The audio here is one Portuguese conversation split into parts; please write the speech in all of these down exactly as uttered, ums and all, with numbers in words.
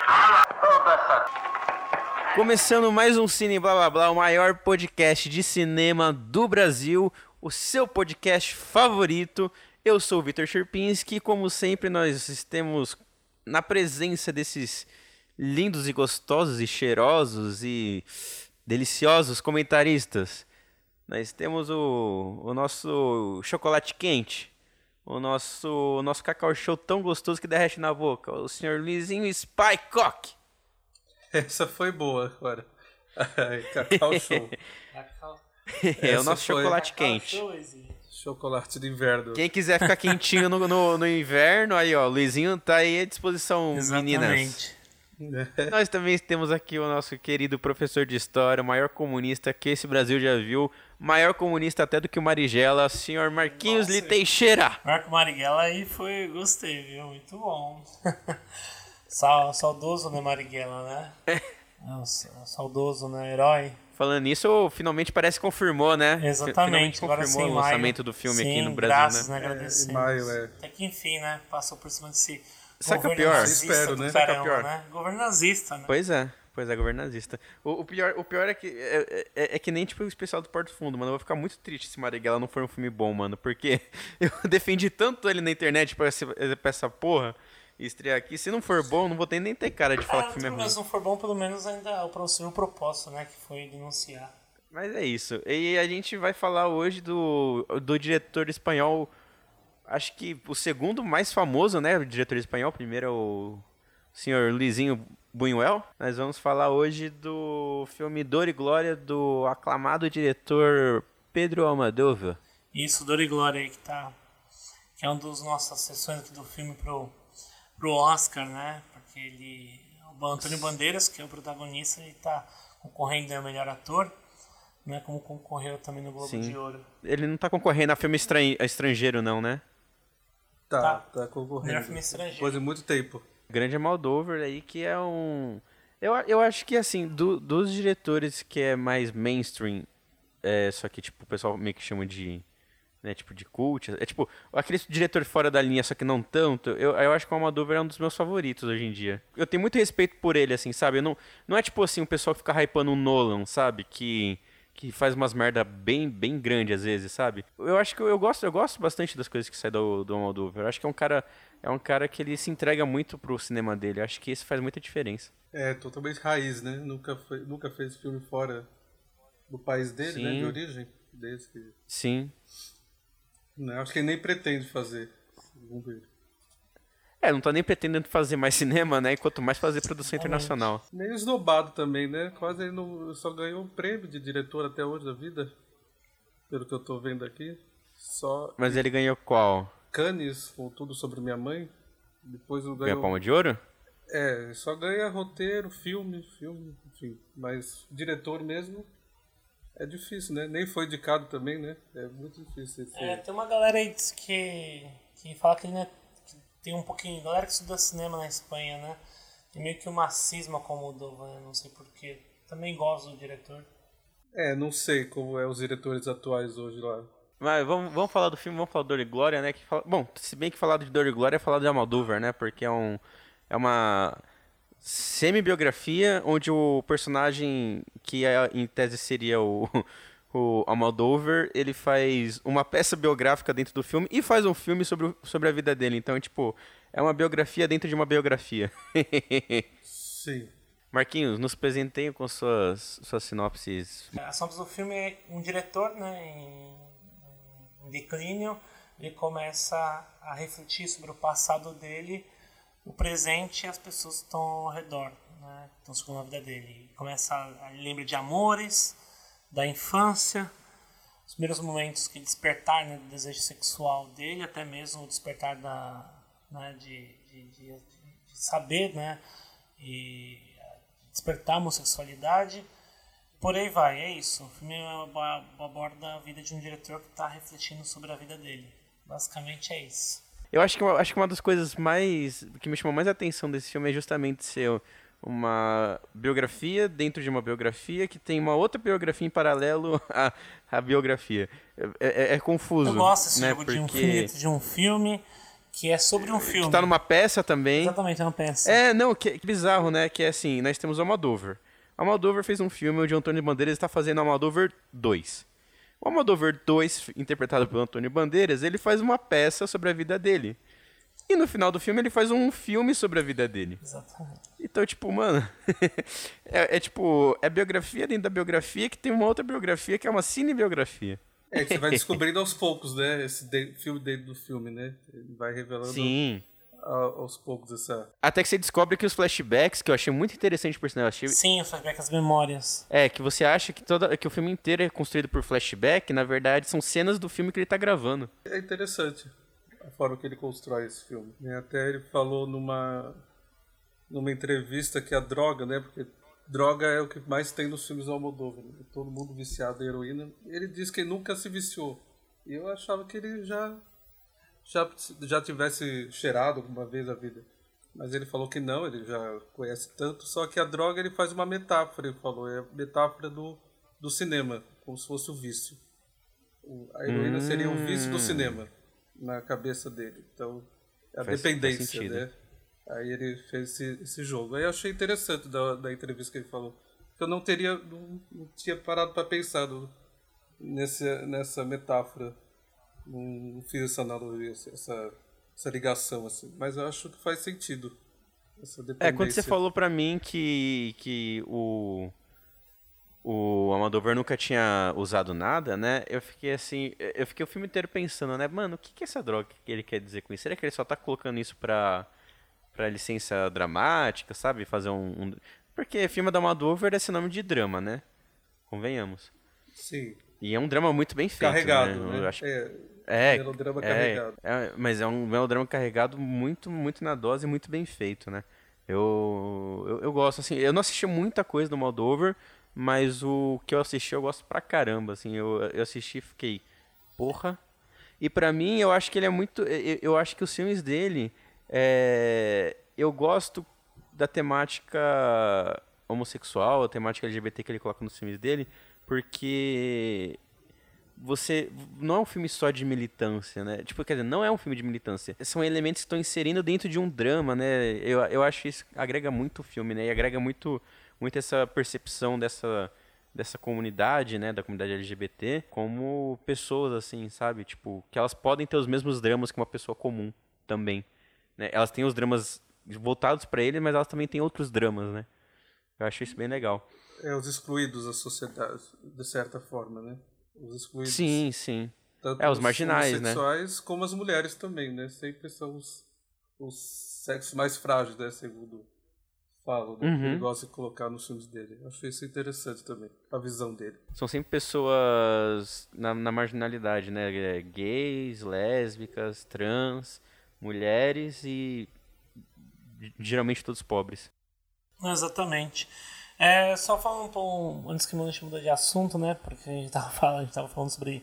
Começando mais um Cine Blá Blá Blá, o maior podcast de cinema do Brasil, o seu podcast favorito. Eu sou o Vitor Sherpinski e, como sempre, nós estamos na presença desses lindos e gostosos e cheirosos e deliciosos comentaristas. Nós temos o, o nosso chocolate quente, o nosso, o nosso cacau show tão gostoso que derrete na boca, o senhor Luizinho Spycock. Essa foi boa agora. Cacau show. É o nosso chocolate quente. Chocolate de inverno. Quem quiser ficar quentinho no, no, no inverno, aí ó, o Luizinho tá aí à disposição, Exatamente. Meninas. Nós também temos aqui o nosso querido professor de história, o maior comunista que esse Brasil já viu, maior comunista até do que o Marighella, senhor Marquinhos Li Teixeira. Marco Marighella aí foi, gostei, viu? Muito bom. Saudoso, né, Marighella, né? Nossa, saudoso, né, herói. Falando nisso, finalmente parece que confirmou, né? Exatamente. Finalmente confirmou agora, o lançamento do filme sim, aqui no Brasil, graças, né? né? Agradecemos. É, maio, é. Até que enfim, né? Passou por cima desse Sabe que é governo pior? nazista Espero, do né? caramba, Sabe que é pior? né? Governo nazista, né? Pois é, pois é, governazista. O, o, pior, o pior é que é, é, é que nem tipo o especial do Porto Fundo, mano. Eu vou ficar muito triste se Marighella não for um filme bom, mano. Porque eu defendi tanto ele na internet pra, esse, pra essa porra estrear aqui. Se não for bom, não vou ter, nem ter cara de falar Ah, que o filme é ruim. Mas se não for bom, pelo menos ainda o professor o propósito, né? Que foi denunciar. Mas é isso. E a gente vai falar hoje do, do diretor espanhol, acho que o segundo mais famoso, né? O diretor espanhol. Primeiro é o senhor Luizinho Buñuel. Nós vamos falar hoje do filme Dor e Glória do aclamado diretor Pedro Almodóvar. Isso, Dor e Glória aí, que tá... Que é uma das nossas sessões aqui do filme pro, pro Oscar, né? Porque ele... O Antônio Bandeiras, que é o protagonista, ele tá concorrendo ao melhor ator, né? Como concorreu também no Globo Sim. de Ouro. Ele não tá concorrendo a filme estran... estrangeiro, não, né? Tá, Tá. tá concorrendo. Melhor filme estrangeiro. Depois de muito tempo. Grande Almodóvar aí, que é um... Eu, eu acho que, assim, do, dos diretores que é mais mainstream, é, só que, tipo, o pessoal meio que chama de... Né, tipo, de cult. É tipo, aquele diretor fora da linha, só que não tanto. Eu, eu acho que o Almodóvar é um dos meus favoritos hoje em dia. Eu tenho muito respeito por ele, assim, sabe? Eu não, não é tipo assim, o pessoal que fica hypando o Nolan, sabe? Que, que faz umas merda bem, bem grande às vezes, sabe? Eu acho que eu, eu, gosto, eu gosto bastante das coisas que saem do, do Almodóvar. Eu acho que é um cara, é um cara que ele se entrega muito pro cinema dele. Eu acho que isso faz muita diferença. É, totalmente raiz, né? Nunca, foi, nunca fez filme fora do país dele, Sim. né? De origem. Desde que... Sim. Não, acho que ele nem pretende fazer. Vamos ver. É, não tá nem pretendendo fazer mais cinema, né? E quanto mais fazer produção internacional. Meio esnobado também, né? Quase ele não, só ganhou um prêmio de diretor até hoje da vida. Pelo que eu tô vendo aqui. Só Mas ele ganhou qual? Cannes, com Tudo Sobre Minha Mãe. Depois não Ganhou ganhou... Palma de Ouro? É, só ganha roteiro, filme, filme, enfim. Mas diretor mesmo é difícil, né? Nem foi indicado também, né? É muito difícil esse... É, tem uma galera aí que, que fala que ele né, que tem um pouquinho... Galera que estuda cinema na Espanha, né? Tem meio que uma cisma com o Almodóvar, né? Não sei porquê. Também gosto do diretor. É, não sei como é os diretores atuais hoje lá. Mas vamos, vamos falar do filme, vamos falar de Dor e Glória, né? Que fala... Bom, se bem que falar de Dor e Glória é falar de Almodóvar, né? Porque é, um, é uma semi-biografia onde o personagem, que é, em tese seria o, o Almodóvar, ele faz uma peça biográfica dentro do filme e faz um filme sobre, o, sobre a vida dele. Então, tipo, é uma biografia dentro de uma biografia. Sim. Marquinhos, nos presenteiem com suas, suas sinopses. A sinopse do filme é um diretor, né, em, em declínio, ele começa a refletir sobre o passado dele, o presente e as pessoas que estão ao redor, né, que estão segundo a vida dele. Ele começa a, a lembra de amores, da infância, os primeiros momentos que despertar, né, do desejo sexual dele, até mesmo o despertar da, né, de, de, de, de saber, né, e despertar a homossexualidade, por aí vai, é isso. O filme aborda a vida de um diretor que está refletindo sobre a vida dele. Basicamente é isso. Eu acho que, eu acho que uma das coisas mais que me chamou mais a atenção desse filme é justamente ser uma biografia dentro de uma biografia que tem uma outra biografia em paralelo à, à biografia. É, é, é confuso. Eu gosto desse né? jogo Porque... de um filme, de um filme que é sobre um filme. Que tá numa peça também. Exatamente, é uma peça. É, não, que, que bizarro, né? Que é assim, nós temos o Almodóvar. O Almodóvar fez um filme onde o Antônio Bandeiras está fazendo Almodóvar dois. O Almodóvar dois, interpretado pelo Antônio Bandeiras, ele faz uma peça sobre a vida dele. E no final do filme ele faz um filme sobre a vida dele. Exatamente. Então, tipo, mano, é, é tipo, é biografia dentro da biografia que tem uma outra biografia que é uma cinebiografia. É que você vai descobrindo aos poucos, né? Esse de, filme dentro do filme, né? Ele vai revelando Sim. A, aos poucos essa... Até que você descobre que os flashbacks, que eu achei muito interessante por sinal, eu achei... Sim, o flashback, as memórias. É, que você acha que, toda, que o filme inteiro é construído por flashback, na verdade são cenas do filme que ele tá gravando. É interessante a forma que ele constrói esse filme. E até ele falou numa, numa entrevista que a droga, né? Porque droga é o que mais tem nos filmes do Almodóvar. Né? Todo mundo viciado em heroína. Ele diz que nunca se viciou. E eu achava que ele já, já, já tivesse cheirado alguma vez a vida. Mas ele falou que não, ele já conhece tanto. Só que a droga ele faz uma metáfora, ele falou. É a metáfora do, do cinema, como se fosse o vício. O, a heroína hum. seria o vício do cinema na cabeça dele. Então, a faz, dependência, faz né? Aí ele fez esse, esse jogo. Aí eu achei interessante da, da entrevista que ele falou. Que eu não teria, não, não tinha parado para pensar do, nessa, nessa metáfora. Não, não fiz essa analogia, essa, essa ligação, assim. Mas eu acho que faz sentido. Essa dependência. É, quando você falou pra mim que, que o... o Almodóvar nunca tinha usado nada, né? Eu fiquei assim, eu fiquei o filme inteiro pensando, né? Mano, o que que é essa droga que ele quer dizer com isso? Será que ele só tá colocando isso pra, pra licença dramática, sabe? Fazer um, um... Porque filme da Almodóvar é sinônimo de drama, né? Convenhamos. Sim. E é um drama muito bem feito, carregado, né? né? Eu acho... É, é, melodrama é, carregado. É, mas é um melodrama carregado muito, muito na dose e muito bem feito, né? Eu, eu, eu gosto, assim, eu não assisti muita coisa do Almodóvar, mas o que eu assisti eu gosto pra caramba, assim, eu, eu assisti e fiquei, porra. E pra mim, eu acho que ele é muito, eu, eu acho que os filmes dele, é, eu gosto da temática homossexual, a temática L G B T que ele coloca nos filmes dele, porque você, não é um filme só de militância, né, tipo, quer dizer, não é um filme de militância, são elementos que estão inserindo dentro de um drama, né, eu, eu acho que isso agrega muito o filme, né, e agrega muito... muito essa percepção dessa, dessa comunidade, né, da comunidade L G B T, como pessoas, assim, sabe? Tipo, que elas podem ter os mesmos dramas que uma pessoa comum também, né? Elas têm os dramas voltados para ele, mas elas também têm outros dramas, né? Eu acho isso bem legal. É, os excluídos da sociedade, de certa forma, né? Os excluídos. Sim, sim. Tanto é, os marginais, os homossexuais, né? como as mulheres também, né? Sempre são os, os sexos mais frágeis, né? Segundo... falo, né? Uhum. Ele gosta de colocar nos filmes dele. Eu achei isso interessante também, a visão dele. São sempre pessoas na, na marginalidade, né? Gays, lésbicas, trans, mulheres e geralmente todos pobres. Exatamente. É, só falando um pouco, antes que a gente mudou de assunto, né? Porque a gente estava falando, a gente tava falando sobre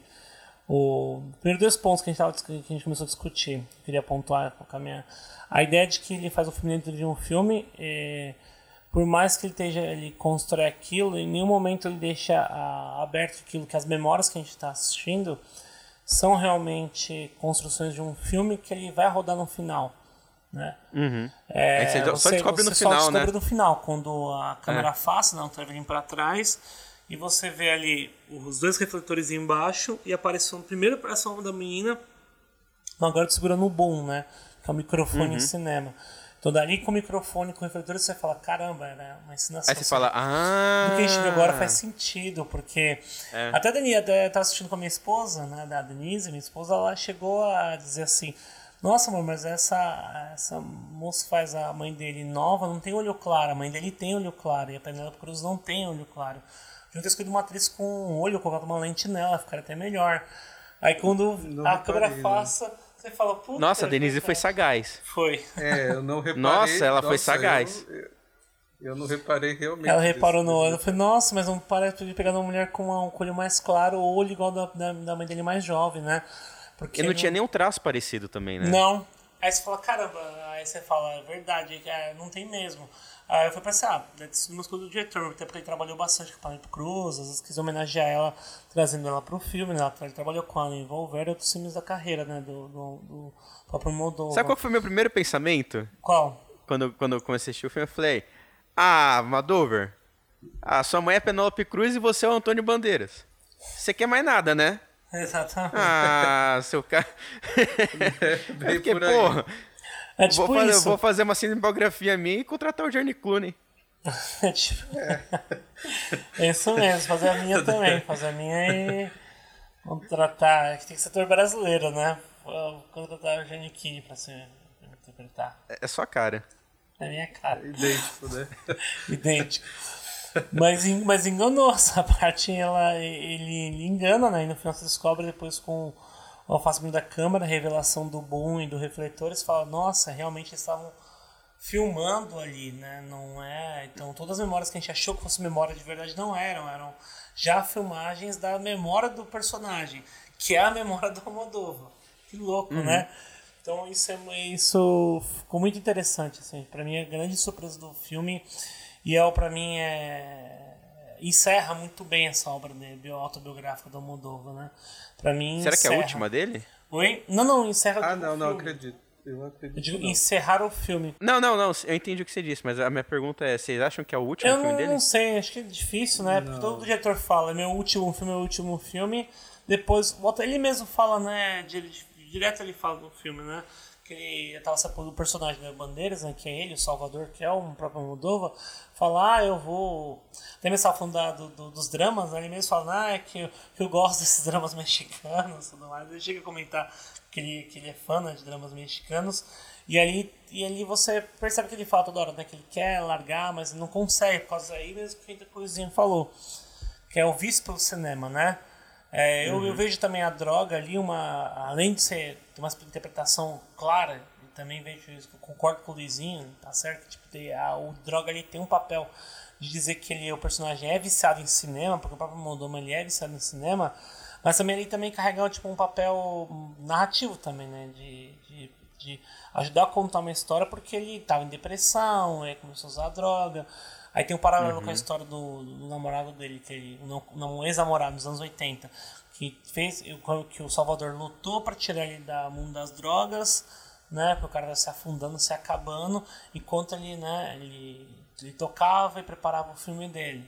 o primeiro dois pontos que a gente, tava, que a gente começou a discutir. Eu queria pontuar com a minha... A ideia de que ele faz o filme dentro de um filme, é, por mais que ele esteja, ele constrói aquilo, em nenhum momento ele deixa a, aberto aquilo que as memórias que a gente está assistindo são realmente construções de um filme que ele vai rodar no final, né? Uhum. É, você você, só descobre você no só final, descobre né? no final, quando a câmera É. afasta, dá um traveling para trás e você vê ali os dois refletores embaixo e aparece primeiro aparece a da menina, agora segurando o boom, né? Que é o microfone Uhum. em cinema. Então dali com o microfone, com o refletor, você fala, caramba, é uma ensinação. Aí você fala, ah... Do que a gente viu agora faz sentido, porque... É. Até a Denise, eu tava assistindo com a minha esposa, né, da Denise, minha esposa, ela chegou a dizer assim, nossa, amor, mas essa, essa moça que faz a mãe dele nova não tem olho claro, a mãe dele tem olho claro, e a Penélope Cruz não tem olho claro. Junto ter escolhido uma atriz com um olho, colocado uma lente nela, ficaria até melhor. Aí quando Não a reparei, câmera né? passa... Você fala, puta, Nossa, a Denise foi sagaz. Foi. É, eu não reparei. Nossa, ela foi sagaz. Eu, eu não reparei realmente. Ela reparou nisso. no olho. Eu falei, nossa, mas não parece de pegar uma mulher com um olho mais claro ou olho igual da, da, da mãe dele mais jovem, né? Porque E não tinha nem um traço parecido também, né? Não. Aí você fala, caramba, Aí você fala, é verdade, é, não tem mesmo. Aí eu fui pensar, ah, deve ser uma coisa do diretor, até porque ele trabalhou bastante com a Penélope Cruz, às vezes quis homenagear ela, trazendo ela pro filme, né? Ele trabalhou com ela em Volver e outros filmes da carreira, né? Do, do, do próprio Moldova. Sabe qual foi o meu primeiro pensamento? Qual? Quando, quando eu comecei a assistir o filme, eu falei, ah, Madover, ah, sua mãe é Penélope Cruz e você é o Antônio Bandeiras. Você quer mais nada, né? Exatamente. Ah, seu cara... Bem Porque, por aí. porra, É tipo vou, fazer, isso. vou fazer uma cinebiografia minha e contratar o George Clooney. É tipo... é isso mesmo, fazer a minha também. Fazer a minha e contratar. Que tem que ser ator brasileiro, né? Vou contratar o Gianni Kini pra ser interpretar. É só cara. É a minha cara. Idêntico, né? Idêntico. Mas, en- mas enganou essa parte, ela, ele, ele engana, né? E no final você descobre depois com o afastamento da câmera, a revelação do boom e do refletor, você fala, nossa, realmente eles estavam filmando ali, né? Não é. Então todas as memórias que a gente achou que fosse memória de verdade não eram, eram já filmagens da memória do personagem, que é a memória do Almodóvar. Que louco, Uhum. né? Então isso, é, isso ficou muito interessante, assim. Pra mim é a grande surpresa do filme. E é, pra mim, é... encerra muito bem essa obra dele, bio- autobiográfica do Almodóvar, né? Pra mim, Será que é a encerra. última dele? Oi? Não, não, encerra Ah, o não, não filme. acredito. Eu acredito. Eu digo, não. encerrar o filme. Não, não, não. Eu entendi o que você disse, mas a minha pergunta é: vocês acham que é o último Eu filme não, dele? não sei, acho que é difícil, né? Porque todo diretor fala, é meu último filme, é meu último filme. Depois, volta, ele mesmo fala, né? de- direto ele fala no filme, né? Que ele tava sabendo o personagem da Bandeiras, né? Que é ele, o Salvador, que é o próprio Almodóvar. Fala, ah, eu vou. Até mesmo estava falando da- do- do- dos dramas, né? Ele mesmo fala, ah, é que eu, que eu gosto desses dramas mexicanos e tudo mais. Ele chega a comentar que ele, que ele é fã, né, de dramas mexicanos. E ali, e ali você percebe que ele fala toda hora, né? Que ele quer largar, mas não consegue, por causa aí mesmo que a coisinha falou. Que é o vício pelo cinema, né? É, eu, eu vejo também a droga ali, uma, além de ser ter uma interpretação clara, e também vejo isso, eu concordo com o Luizinho, tá certo? Tipo, tem, a, o droga ali tem um papel de dizer que ele, o personagem é viciado em cinema, porque o próprio Moldova ele é viciado em cinema, mas também ele também carrega tipo, um papel narrativo também, né? De, de, de ajudar a contar uma história, porque ele estava em depressão, aí começou a usar droga. Aí tem um paralelo Uhum. com a história do, do namorado dele, que ele, um, um ex-namorado dos anos oitenta, que fez que o Salvador lutou para tirar ele da mundo das drogas, né? Porque o cara estava se afundando, se acabando, enquanto ele, né, ele, ele tocava e preparava o filme dele.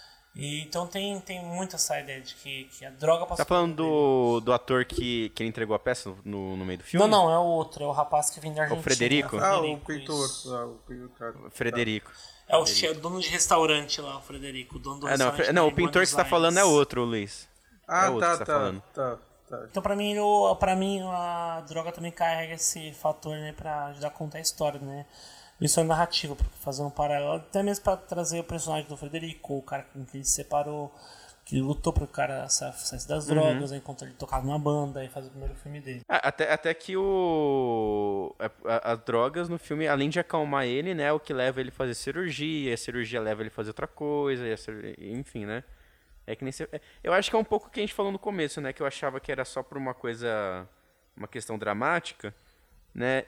E, então tem, tem muito essa ideia de que, que a droga passou Tá falando do, do ator que, que ele entregou a peça no, no meio do filme? Não, não, é o outro, é o rapaz que vem da Argentina. Frederico? É Ah, o Frederico, pintor. isso. Ah, o pintor. Frederico. É o che- dono de restaurante lá, o Frederico. O dono do É, não, restaurante não, lá o em pintor que Buenos você tá falando é Aires. outro, Luiz. Ah, É outro tá, que você tá tá, falando. tá, tá. Então, pra mim, o, pra mim, a droga também carrega esse fator, né, pra ajudar a contar a história, né? Isso é narrativo, porque fazer um paralelo, até mesmo pra trazer o personagem do Frederico, o cara com quem ele se separou, que lutou pro cara sa- sair das drogas, Uhum. aí, enquanto ele tocava numa banda e fazer o primeiro filme dele. Ah, Até, até que o. a- a- As drogas no filme, além de acalmar ele, né? É o que leva ele a fazer cirurgia, a cirurgia leva ele a fazer outra coisa, e a cir- enfim, né? É que nem você- é, eu acho que é um pouco o que a gente falou no começo, né? Que eu achava que era só por uma coisa. Uma questão dramática, né?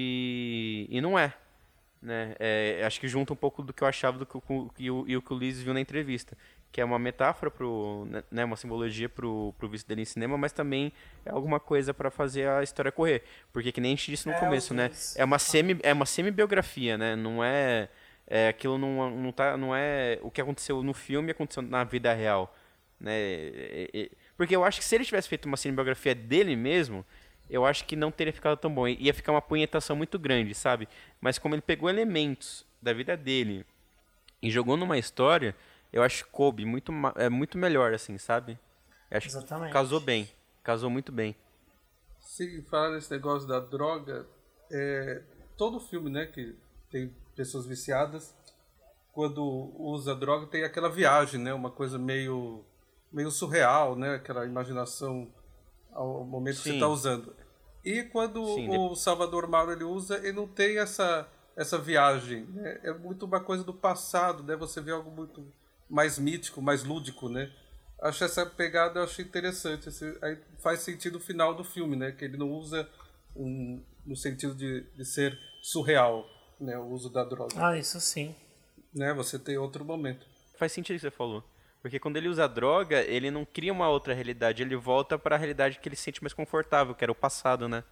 E, e não é. Né? É, acho que junta um pouco do que eu achava do que, o- que o, e o que o Luiz viu na entrevista. Que é uma metáfora, pro, né, uma simbologia pro, pro vício dele em cinema, mas também é alguma coisa para fazer a história correr. Porque que nem a gente disse no É, começo, os né? dois. É uma, semi, é uma semi-biografia, né? Não é... é aquilo não, não, tá, não é... O que aconteceu no filme aconteceu na vida real. Né? É- é- porque eu acho que se ele tivesse feito uma cinebiografia dele mesmo, eu acho que não teria ficado tão bom. Ia ficar uma punhetação muito grande, sabe? Mas como ele pegou elementos da vida dele e jogou numa história, eu acho que coube muito, ma- é muito melhor, assim, sabe? Eu acho Exatamente. que casou bem. Casou muito bem. Se falar nesse negócio da droga, é, todo filme, né, que tem pessoas viciadas, quando usa droga tem aquela viagem, né, uma coisa meio, meio surreal, né, aquela imaginação ao momento que você Sim. está usando. E quando Sim, o Salvador Mauro ele usa, ele não tem essa, essa viagem, né, é muito uma coisa do passado, né, você vê algo muito mais mítico, mais lúdico, né. Acho essa pegada, eu acho interessante. Esse, aí faz sentido o final do filme, né? Que ele não usa um, no sentido de, de ser surreal, né, o uso da droga. Ah, isso sim. Né, você tem outro momento. Faz sentido o que você falou. Porque quando ele usa droga, ele não cria uma outra realidade, ele volta para a realidade que ele se sente mais confortável, que era o passado, né?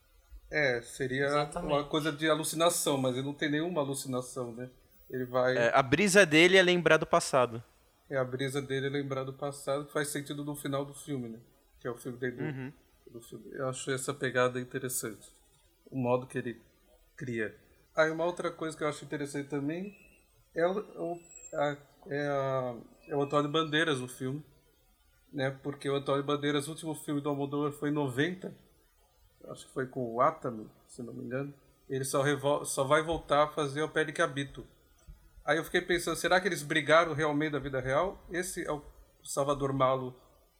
É, seria Exatamente. uma coisa de alucinação, mas ele não tem nenhuma alucinação, né? Ele vai... É, a brisa dele é lembrar do passado. É a brisa dele lembrar do passado, que faz sentido no final do filme, né? Que é o filme dele do, Uhum. do filme. Eu acho essa pegada interessante. O modo que ele cria. Aí uma outra coisa que eu acho interessante também é o, o, a, é, a, é o Antônio Bandeiras no filme. Né? Porque o Antônio Bandeiras, o último filme do Almodóvar foi em noventa. Acho que foi com o Atami, se não me engano. Ele só, revol- só vai voltar a fazer A Pele que Habito. Aí eu fiquei pensando, será que eles brigaram realmente da vida real? Esse é o Salvador Malo,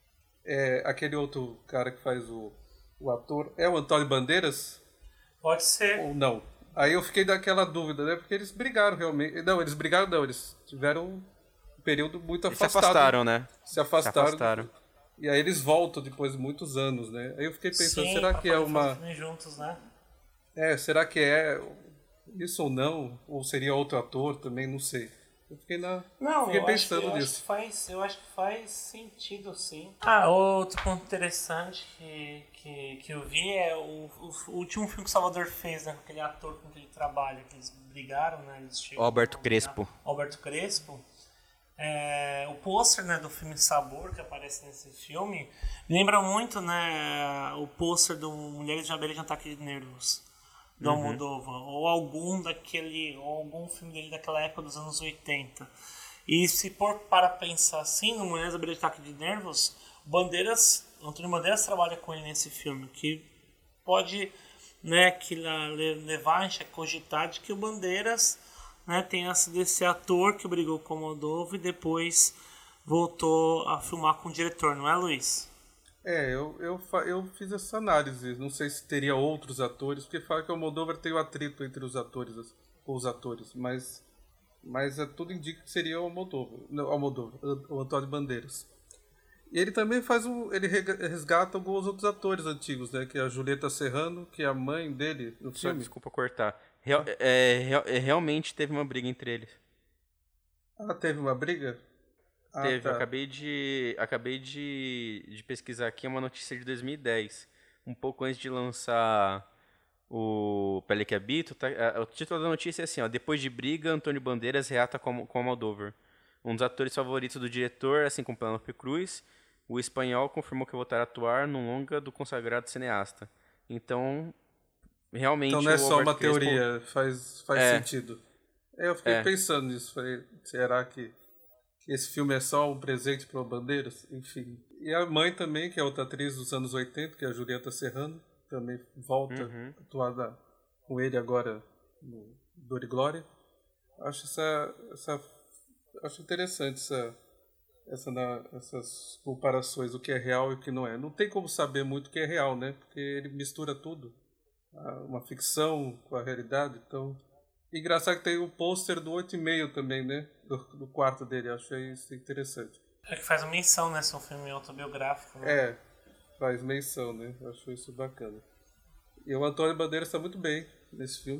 é aquele outro cara que faz o, o ator, é o Antônio Bandeiras? Pode ser. Ou não? Aí eu fiquei daquela dúvida, né? Porque eles brigaram realmente. Não, eles brigaram não, eles tiveram um período muito Eles se afastado. afastaram, né? Se afastaram. Se afastaram. E aí eles voltam depois de muitos anos, né? Aí eu fiquei pensando, Sim, será pra que é poder uma... fazer filme juntos, né? É, será que é isso ou não? Ou seria outro ator também? Não sei. Eu fiquei, na... Não, fiquei eu pensando acho, que, eu nisso. acho que faz, eu acho que faz sentido, sim. Ah, outro ponto interessante que, que, que eu vi é o, o, o último filme que o Salvador fez, né? Com aquele ator com que ele trabalha, que eles brigaram, né? Eles chegam, Alberto né, Crespo. Alberto Crespo. É, o pôster, né, do filme Sabor, que aparece nesse filme, me lembra muito, né, o pôster do Mulheres de Abelha de Ataque de Nervos, do Almodóvar, ou algum daquele, ou algum filme dele daquela época dos anos oitenta. E se for para pensar assim, no Mulheres de Abelha de Ataque de Nervos, Bandeiras, Antônio Bandeiras trabalha com ele nesse filme, que pode, né, que levar a cogitar de que o Bandeiras, né, tenha sido esse ator que brigou com o Almodóvar e depois voltou a filmar com o diretor, não é, Luiz? É, eu, eu, fa- eu fiz essa análise. Não sei se teria outros atores, porque fala que o Almodóvar tem o atrito entre os atores, as- com os atores, mas, mas é, tudo indica que seria o Almodóvar, não, Almodóvar, o Antônio Bandeiras. E ele também faz um, ele rega- resgata alguns outros atores antigos, né? Que é a Julieta Serrano, que é a mãe dele no Só, filme. desculpa cortar. Real- é, real- é, realmente teve uma briga entre eles. Ah, teve uma briga? Ah, Teve, tá. eu acabei de. Acabei de, de pesquisar aqui uma notícia de dois mil e dez. Um pouco antes de lançar o Pele que Habito, tá, a- o título da notícia é assim, ó. Depois de briga, Antônio Bandeiras reata com, com Almodóvar. Um dos atores favoritos do diretor, assim como Penélope Cruz, o espanhol confirmou que voltará a atuar no longa do consagrado cineasta. Então, realmente Então não é o só Alberto uma Crespo- teoria, faz, faz É. sentido. É, eu fiquei É. pensando nisso. Falei, será que esse filme é só um presente para o Bandeiras? Enfim. E a mãe também, que é outra atriz dos anos oitenta, que é a Julieta Serrano, também volta Uhum. a atuar na- com ele agora no Dor e Glória. Acho essa, essa acho interessante essa, essa na- essas comparações, o que é real e o que não é. Não tem como saber muito o que é real, né? Porque ele mistura tudo. Ah, uma ficção com a realidade, então... Engraçado que tem o pôster do oito e meio também, né? Do, do quarto dele, achei isso interessante. É que faz uma menção, né, se é um filme autobiográfico, né? É, faz menção, né? Acho isso bacana. E o Antônio Bandeiras está muito bem nesse filme.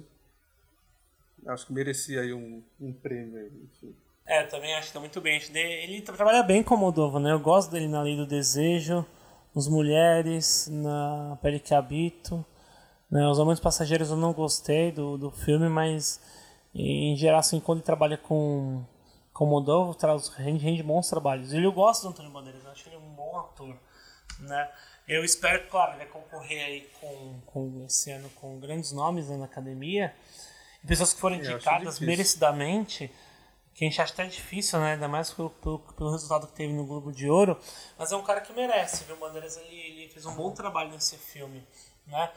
Acho que merecia aí um, um prêmio aí, enfim. É, também acho que tá muito bem. Acho que ele trabalha bem com o Almodóvar, né? Eu gosto dele na Lei do Desejo, nos Mulheres, na Pele que Habito. Né? Os Amantes Passageiros eu não gostei do, do filme, mas em geral, assim, quando ele trabalha com, com o Almodóvar, traz, rende, rende bons trabalhos. E eu gosto do Antônio Bandeiras, eu acho que ele é um bom ator. Né? Eu espero, claro, ele vai concorrer aí com, com, esse ano com grandes nomes, né, na academia. E pessoas que foram Eu acho indicadas difícil. merecidamente, que a gente acha até difícil, né? Ainda mais pelo, pelo, pelo resultado que teve no Globo de Ouro. Mas é um cara que merece, viu? O Bandeiras, ele, ele fez um bom trabalho nesse filme, né?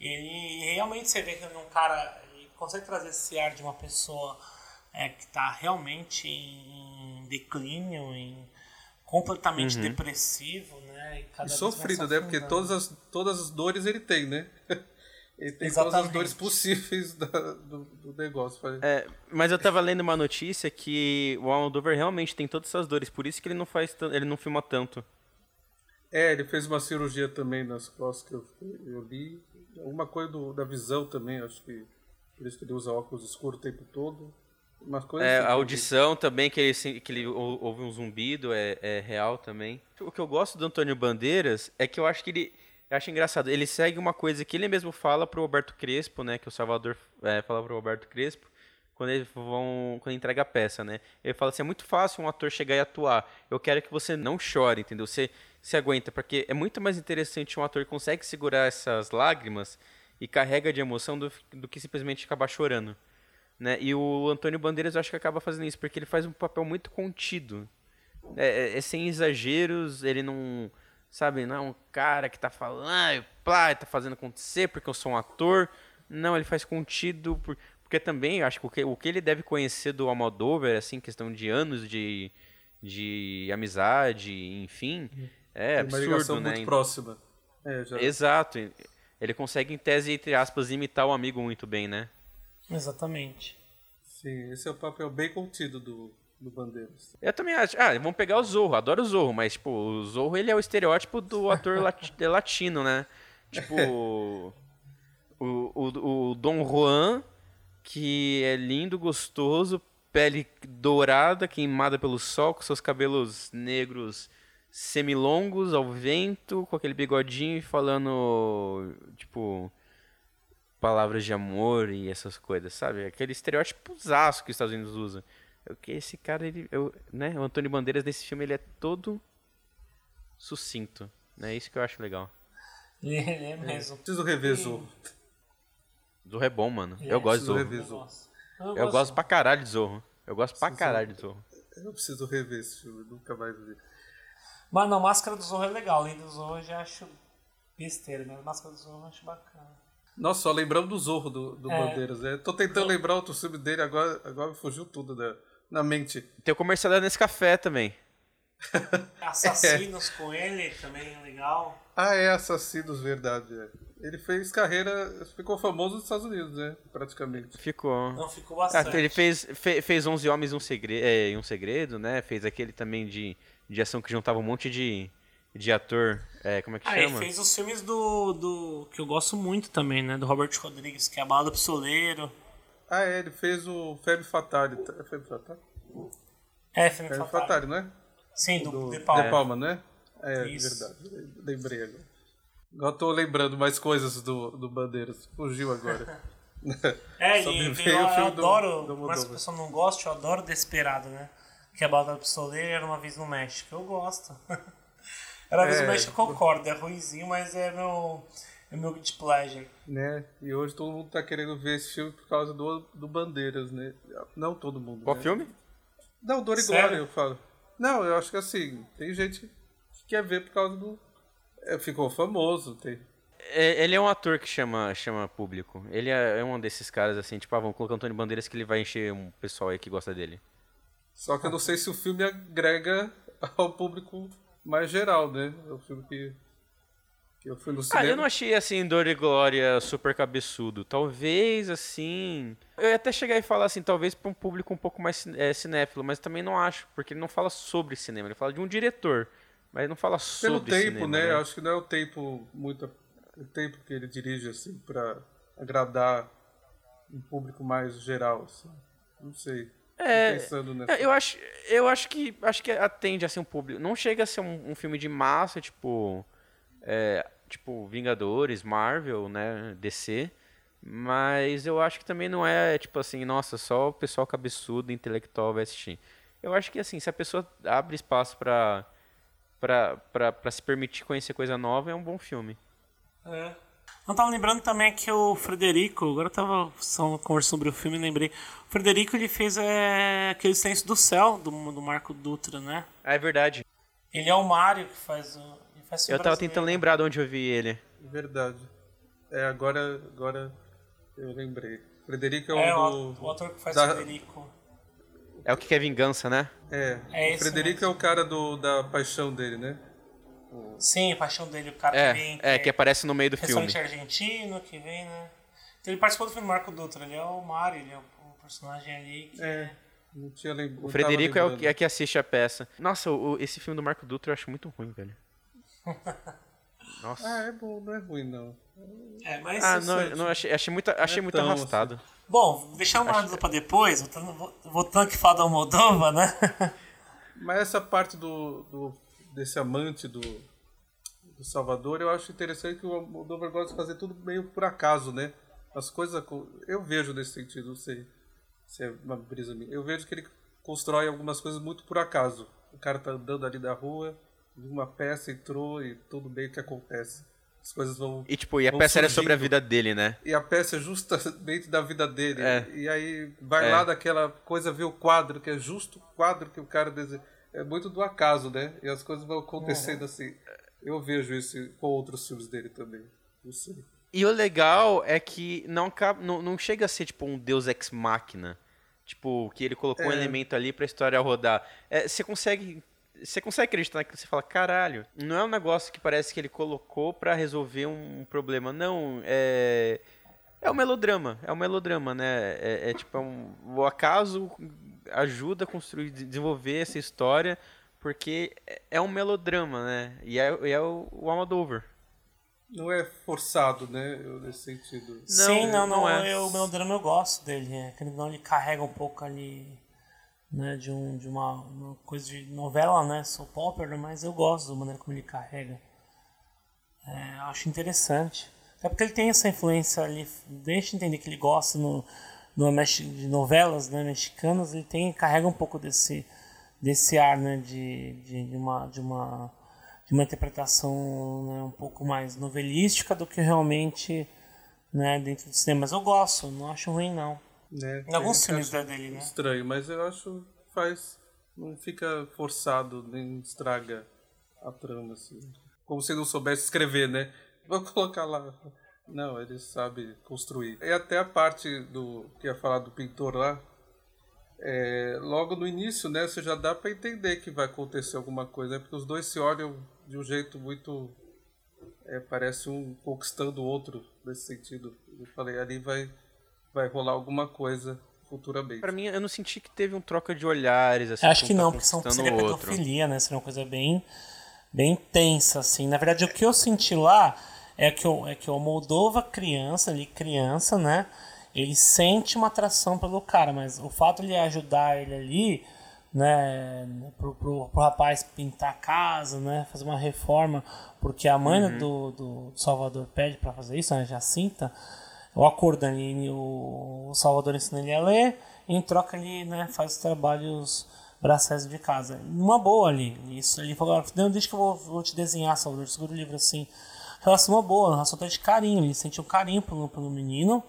Ele realmente, você vê que ele é um cara, ele consegue trazer esse ar de uma pessoa é, que está realmente em declínio, em completamente depressivo, né? E, cada E vez mais sofrido, né? Porque afundando. todas as, todas as dores ele tem, né? Ele tem todas as Exatamente. dores possíveis da- do, do negócio. Falei, É, mas eu tava lendo uma notícia que o Almodóvar realmente tem todas essas dores, por isso que ele não faz, tan- ele não filma tanto. É, ele fez uma cirurgia também nas costas que eu, eu li. Alguma coisa do, da visão também, acho que por isso que ele usa óculos escuros o tempo todo. Umas coisas É, assim, a audição também, que ele, se- que ele ou- ouve um zumbido, é, é real também. O que eu gosto do Antônio Bandeiras é que eu acho que ele. Eu acho engraçado, ele segue uma coisa que ele mesmo fala pro Roberto Crespo, né? Que o Salvador é, fala pro Roberto Crespo, quando eles vão. Quando entrega a peça, né? Ele fala assim, é muito fácil um ator chegar e atuar. Eu quero que você não chore, entendeu? Você se aguenta, porque é muito mais interessante um ator que consegue segurar essas lágrimas e carrega de emoção do, do que simplesmente acabar chorando. Né? E o Antônio Bandeiras eu acho que acaba fazendo isso, porque ele faz um papel muito contido. É, é- é sem exageros, ele não. Sabe, não é um cara que tá falando, ah, plá, tá fazendo acontecer porque eu sou um ator. Não, ele faz contido, por- porque também eu acho que o que, o que ele deve conhecer do Almodóvar, assim, questão de anos de, de amizade, enfim, é Tem uma ligação absurdo, né? muito próxima. É, já. Exato. Ele consegue, em tese, entre aspas, imitar o amigo muito bem, né? Exatamente. Sim, esse é o papel bem contido do, do Bandeiras. Eu também acho. Ah, vamos pegar o Zorro. Adoro o Zorro, mas, tipo, o Zorro ele é o estereótipo do ator lati- latino, né? Tipo, o, o, o Dom Juan, que é lindo, gostoso, pele dourada, queimada pelo sol, com seus cabelos negros semilongos ao vento, com aquele bigodinho e falando, tipo, palavras de amor e essas coisas, sabe? Aquele estereótipo zaço que os Estados Unidos usa. É o que esse cara, ele, eu, né? O Antônio Bandeiras nesse filme, ele é todo sucinto, né? Isso que eu acho legal. Ele, ele é mesmo. Preciso rever Zorro. Zorro é bom, mano. Ele Eu é- gosto de preciso Zorro. rever Eu Zorro. gosto. Eu gosto pra caralho de Zorro. Eu gosto pra Preciso- caralho de Zorro. Eu preciso rever esse filme, nunca mais vi. Mas não, Máscara do Zorro é legal. Além do Zorro eu já acho besteira, mas Máscara do Zorro eu acho bacana. Nossa, só lembrando do Zorro do, do É. Bandeiras. É. Tô tentando lembrar outro filme dele, agora, agora me fugiu tudo da, na mente. Tem o comercial da Nescafé também. Assassinos com ele também é legal. Ah, é Assassinos, verdade. É. Ele fez carreira, ficou famoso nos Estados Unidos, né? Praticamente. Ficou. Não, ficou Ah, bastante. ele fez, fe- fez onze Homens e um Segredo, é, e um Segredo, né? Fez aquele também de, de ação que juntava um monte de, de ator. É, como é que Ah, ele chama? fez os filmes do, do. Que eu gosto muito também, né? Do Robert Rodrigues, que é a Bala do Pistoleiro. Ah, é, ele fez o Femme Fatale. É Femme Fatale? É, filme Femme Fatale. Fatale, não é? Sim, do, Do De Palma. De Palma, né? É, Isso. verdade. Lembrei agora. Agora tô lembrando mais coisas do, do Bandeiras. Fugiu agora. É, Só me e veio eu, o eu filme do- adoro, do por mais que Almodóvar. a pessoa não goste, eu adoro Desperado, né? Que é a Bala do Pistoleiro era uma vez no México. Eu gosto. Era uma vez no É. México, eu concordo. É ruimzinho, mas é meu, é meu guilty pleasure. Né? E hoje todo mundo tá querendo ver esse filme por causa do, do Bandeiras, né? Não todo mundo. Qual né? filme? Não, Dor e Sério? Glória, eu falo. Não, eu acho que assim, tem gente que quer ver por causa do. É, ficou famoso, tem. É, ele é um ator que chama, chama público. Ele é, é um desses caras assim, tipo, ah, vamos colocar o Antônio Bandeiras que ele vai encher um pessoal aí que gosta dele. Só que eu não sei se o filme agrega ao público mais geral, né? É um filme que, que eu fui no Ah, cinema. eu não achei assim Dor e Glória super cabeçudo. Talvez assim. Eu ia até chegar e falar assim, talvez para um público um pouco mais cin- é, cinéfilo, mas também não acho, porque ele não fala sobre cinema, ele fala de um diretor, mas ele não fala Pelo sobre tempo, cinema. né? né? Eu acho que não é o tempo muito. O tempo que ele dirige, assim, pra agradar um público mais geral, assim. Não sei. É, Tô pensando nessa. É, eu acho, eu acho que acho que atende a ser um público. Não chega a ser um, um filme de massa, tipo, é, tipo Vingadores, Marvel, né, D C. Mas eu acho que também não é tipo assim, nossa, só o pessoal cabeçudo, intelectual vai assistir. Eu acho que assim, se a pessoa abre espaço pra para para se permitir conhecer coisa nova, é um bom filme. É. Eu tava lembrando também que o Frederico, agora eu tava só conversando sobre o filme e lembrei. O Frederico ele fez é, aquele Silêncio do Céu, do, do Marco Dutra, né? Ah, é verdade. Ele é o Mário que faz o. Ele faz filme Eu tava brasileiro. tentando lembrar de onde eu vi ele. Verdade. É, agora, agora eu lembrei. Frederico é o É, do. o, o ator que faz da- o Frederico. É o que quer vingança, né? É, É o esse Frederico mesmo. é o cara do, da paixão dele, né? Sim, a paixão dele, o cara que É, vem. é que aparece no meio do filme. restaurante argentino que vem, né? Então ele participou do filme Marco Dutra, ele é o Mário, ele é o, o personagem ali que. É. Não tinha lem... O Frederico é o que, é que assiste a peça. Nossa, o- esse filme do Marco Dutra eu acho muito ruim, velho. Nossa. Ah, é bom, não é ruim não. É, mas Ah, isso- não, não achei, achei muito, achei é muito tão arrastado. Bom, deixar uma Acho- dúvida pra depois, voltando, voltando aqui falar da Moldova, né? Mas essa parte do, do desse amante do, do Salvador, eu acho interessante que o Almodóvar gosta de fazer tudo meio por acaso, né? As coisas, aco- eu vejo nesse sentido, não sei se é uma brisa minha. Eu vejo que ele constrói algumas coisas muito por acaso. O cara tá andando ali da rua, uma peça entrou e tudo meio que acontece. As coisas vão. E tipo, e a vão peça era sobre a surgindo. vida dele, né? E a peça é justamente da vida dele. É. E aí vai É. lá daquela coisa, ver o quadro, que é justo o quadro que o cara desenha. É muito do acaso, né? E as coisas vão acontecendo assim. Eu vejo isso com outros filmes dele também. Não sei. E o legal é que não, acaba- não, não chega a ser tipo um Deus Ex Machina. Tipo, que ele colocou um É. elemento ali pra história rodar. É, você consegue. Você consegue acreditar naquilo, você fala, caralho, não é um negócio que parece que ele colocou pra resolver um problema. Não, é. É um melodrama, é um melodrama, né? É, é tipo, é um, o acaso ajuda a construir, desenvolver essa história, porque é- é um melodrama, né? E é, e é o, o Almodóvar. Não é forçado, né? Eu, nesse sentido. Sim, não, não, não é. eu, o melodrama eu gosto dele. É, que não ele carrega um pouco ali, né, de, um, de uma, uma coisa de novela, né, soap opera, mas eu gosto da maneira como ele carrega. É, acho interessante. É porque ele tem essa influência ali, deixa eu entender que ele gosta no, no Mex- de novelas, né, mexicanas, ele tem, carrega um pouco desse, desse ar, né, de, de, de uma... De uma de uma interpretação, né, um pouco mais novelística do que realmente, né, dentro do cinema. Mas eu gosto, não acho ruim não. Né? Em alguns Tem filmes gente que da- dele, né? acha Estranho, mas eu acho que faz. Não fica forçado, nem estraga a trama, assim. Como se não soubesse escrever, né? Vou colocar lá. Não, ele sabe construir. E até a parte do que ia falar do pintor lá. É, logo no início, né, você já dá para entender que vai acontecer alguma coisa, né, porque os dois se olham de um jeito muito, é, parece um conquistando o outro nesse sentido. Eu falei, ali vai, vai rolar alguma coisa futuramente. Pra mim, eu não senti que teve um troca de olhares, assim, Eu acho como que tá não, porque são, conquistando seria o outro. pedofilia, né? Seria uma coisa bem, bem tensa, assim. Na verdade, o que eu senti lá é que o, é que o Moldova criança, ali criança, né? Ele sente uma atração pelo cara, mas o fato de ele ajudar ele ali, né, pro, pro, pro rapaz pintar a casa, né, fazer uma reforma, porque a mãe Uhum. do, do Salvador pede pra fazer isso, né, Jacinta, o acordo ali, o, o Salvador ensina ele a ler, e em troca ele, né, faz os trabalhos braçais de casa. Uma boa ali, isso ele falou, não, deixa que eu vou, vou te desenhar, Salvador, segura o livro assim. Relação uma boa, uma relação até de carinho, ele sente um carinho pelo, pelo menino,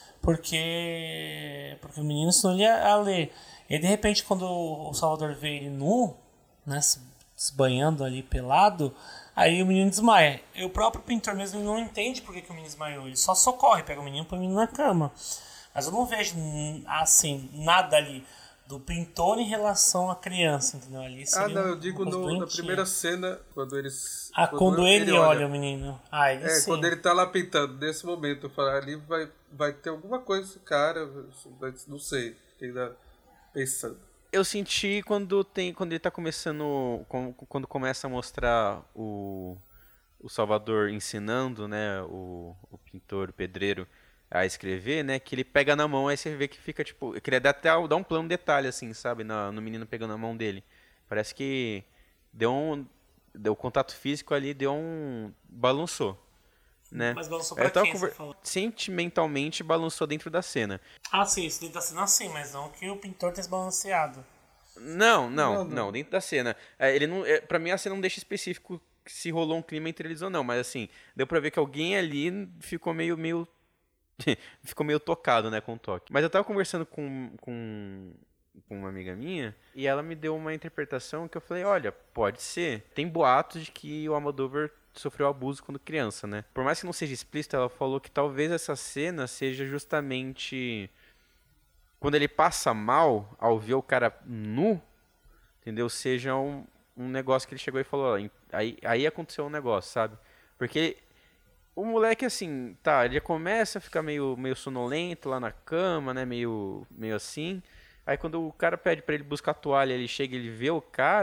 porque porque o menino ensinou ele a, a ler. E de repente, quando o Salvador vê ele nu, né, se, se banhando ali pelado, aí o menino desmaia. E o próprio pintor mesmo ele não entende por que, que o menino desmaiou. Ele só socorre, pega o menino e põe o menino na cama. Mas eu não vejo assim nada ali do pintor em relação à criança, entendeu? Ali Ah, seria não, uma eu digo coisa no- na doentia. primeira cena, quando eles. Ah, quando ele, olha, o menino. Ah, ele É, sim. quando ele tá lá pintando, nesse momento, eu falo, ali vai, vai ter alguma coisa esse cara, vai- não sei, ainda pensando. Eu senti quando tem quando ele tá começando com- quando começa a mostrar o, o Salvador ensinando, né, o, o pintor, o pedreiro a escrever, né, que ele pega na mão, aí você vê que fica tipo, eu queria dar até dar um plano detalhe assim, sabe, na, no menino pegando a mão dele. Parece que deu um deu contato físico ali, deu um balançou, né? Mas balançou Eu pra tava quem, conver- você falou? Sentimentalmente balançou dentro da cena. Ah, sim, isso dentro da cena sim, mas não que o pintor tenha desbalanceado. Não, não, Não, não, não. dentro da cena. É, ele não, é, pra mim a cena não deixa específico se rolou um clima entre eles ou não, mas assim, deu pra ver que alguém ali ficou meio, meio, ficou meio tocado, né, com o toque. Mas eu tava conversando com, com, com uma amiga minha e ela me deu uma interpretação que eu falei, olha, pode ser. Tem boatos de que o Almodóvar sofreu abuso quando criança, né? Por mais que não seja explícito, ela falou que talvez essa cena seja justamente quando ele passa mal ao ver o cara nu, entendeu? Seja um, um negócio que ele chegou e falou, ó, aí, aí aconteceu um negócio, sabe? Porque o moleque, assim, tá, ele já começa a ficar meio, meio sonolento lá na cama, né, meio, meio assim. Aí quando o cara pede pra ele buscar a toalha, ele chega e ele vê o cara,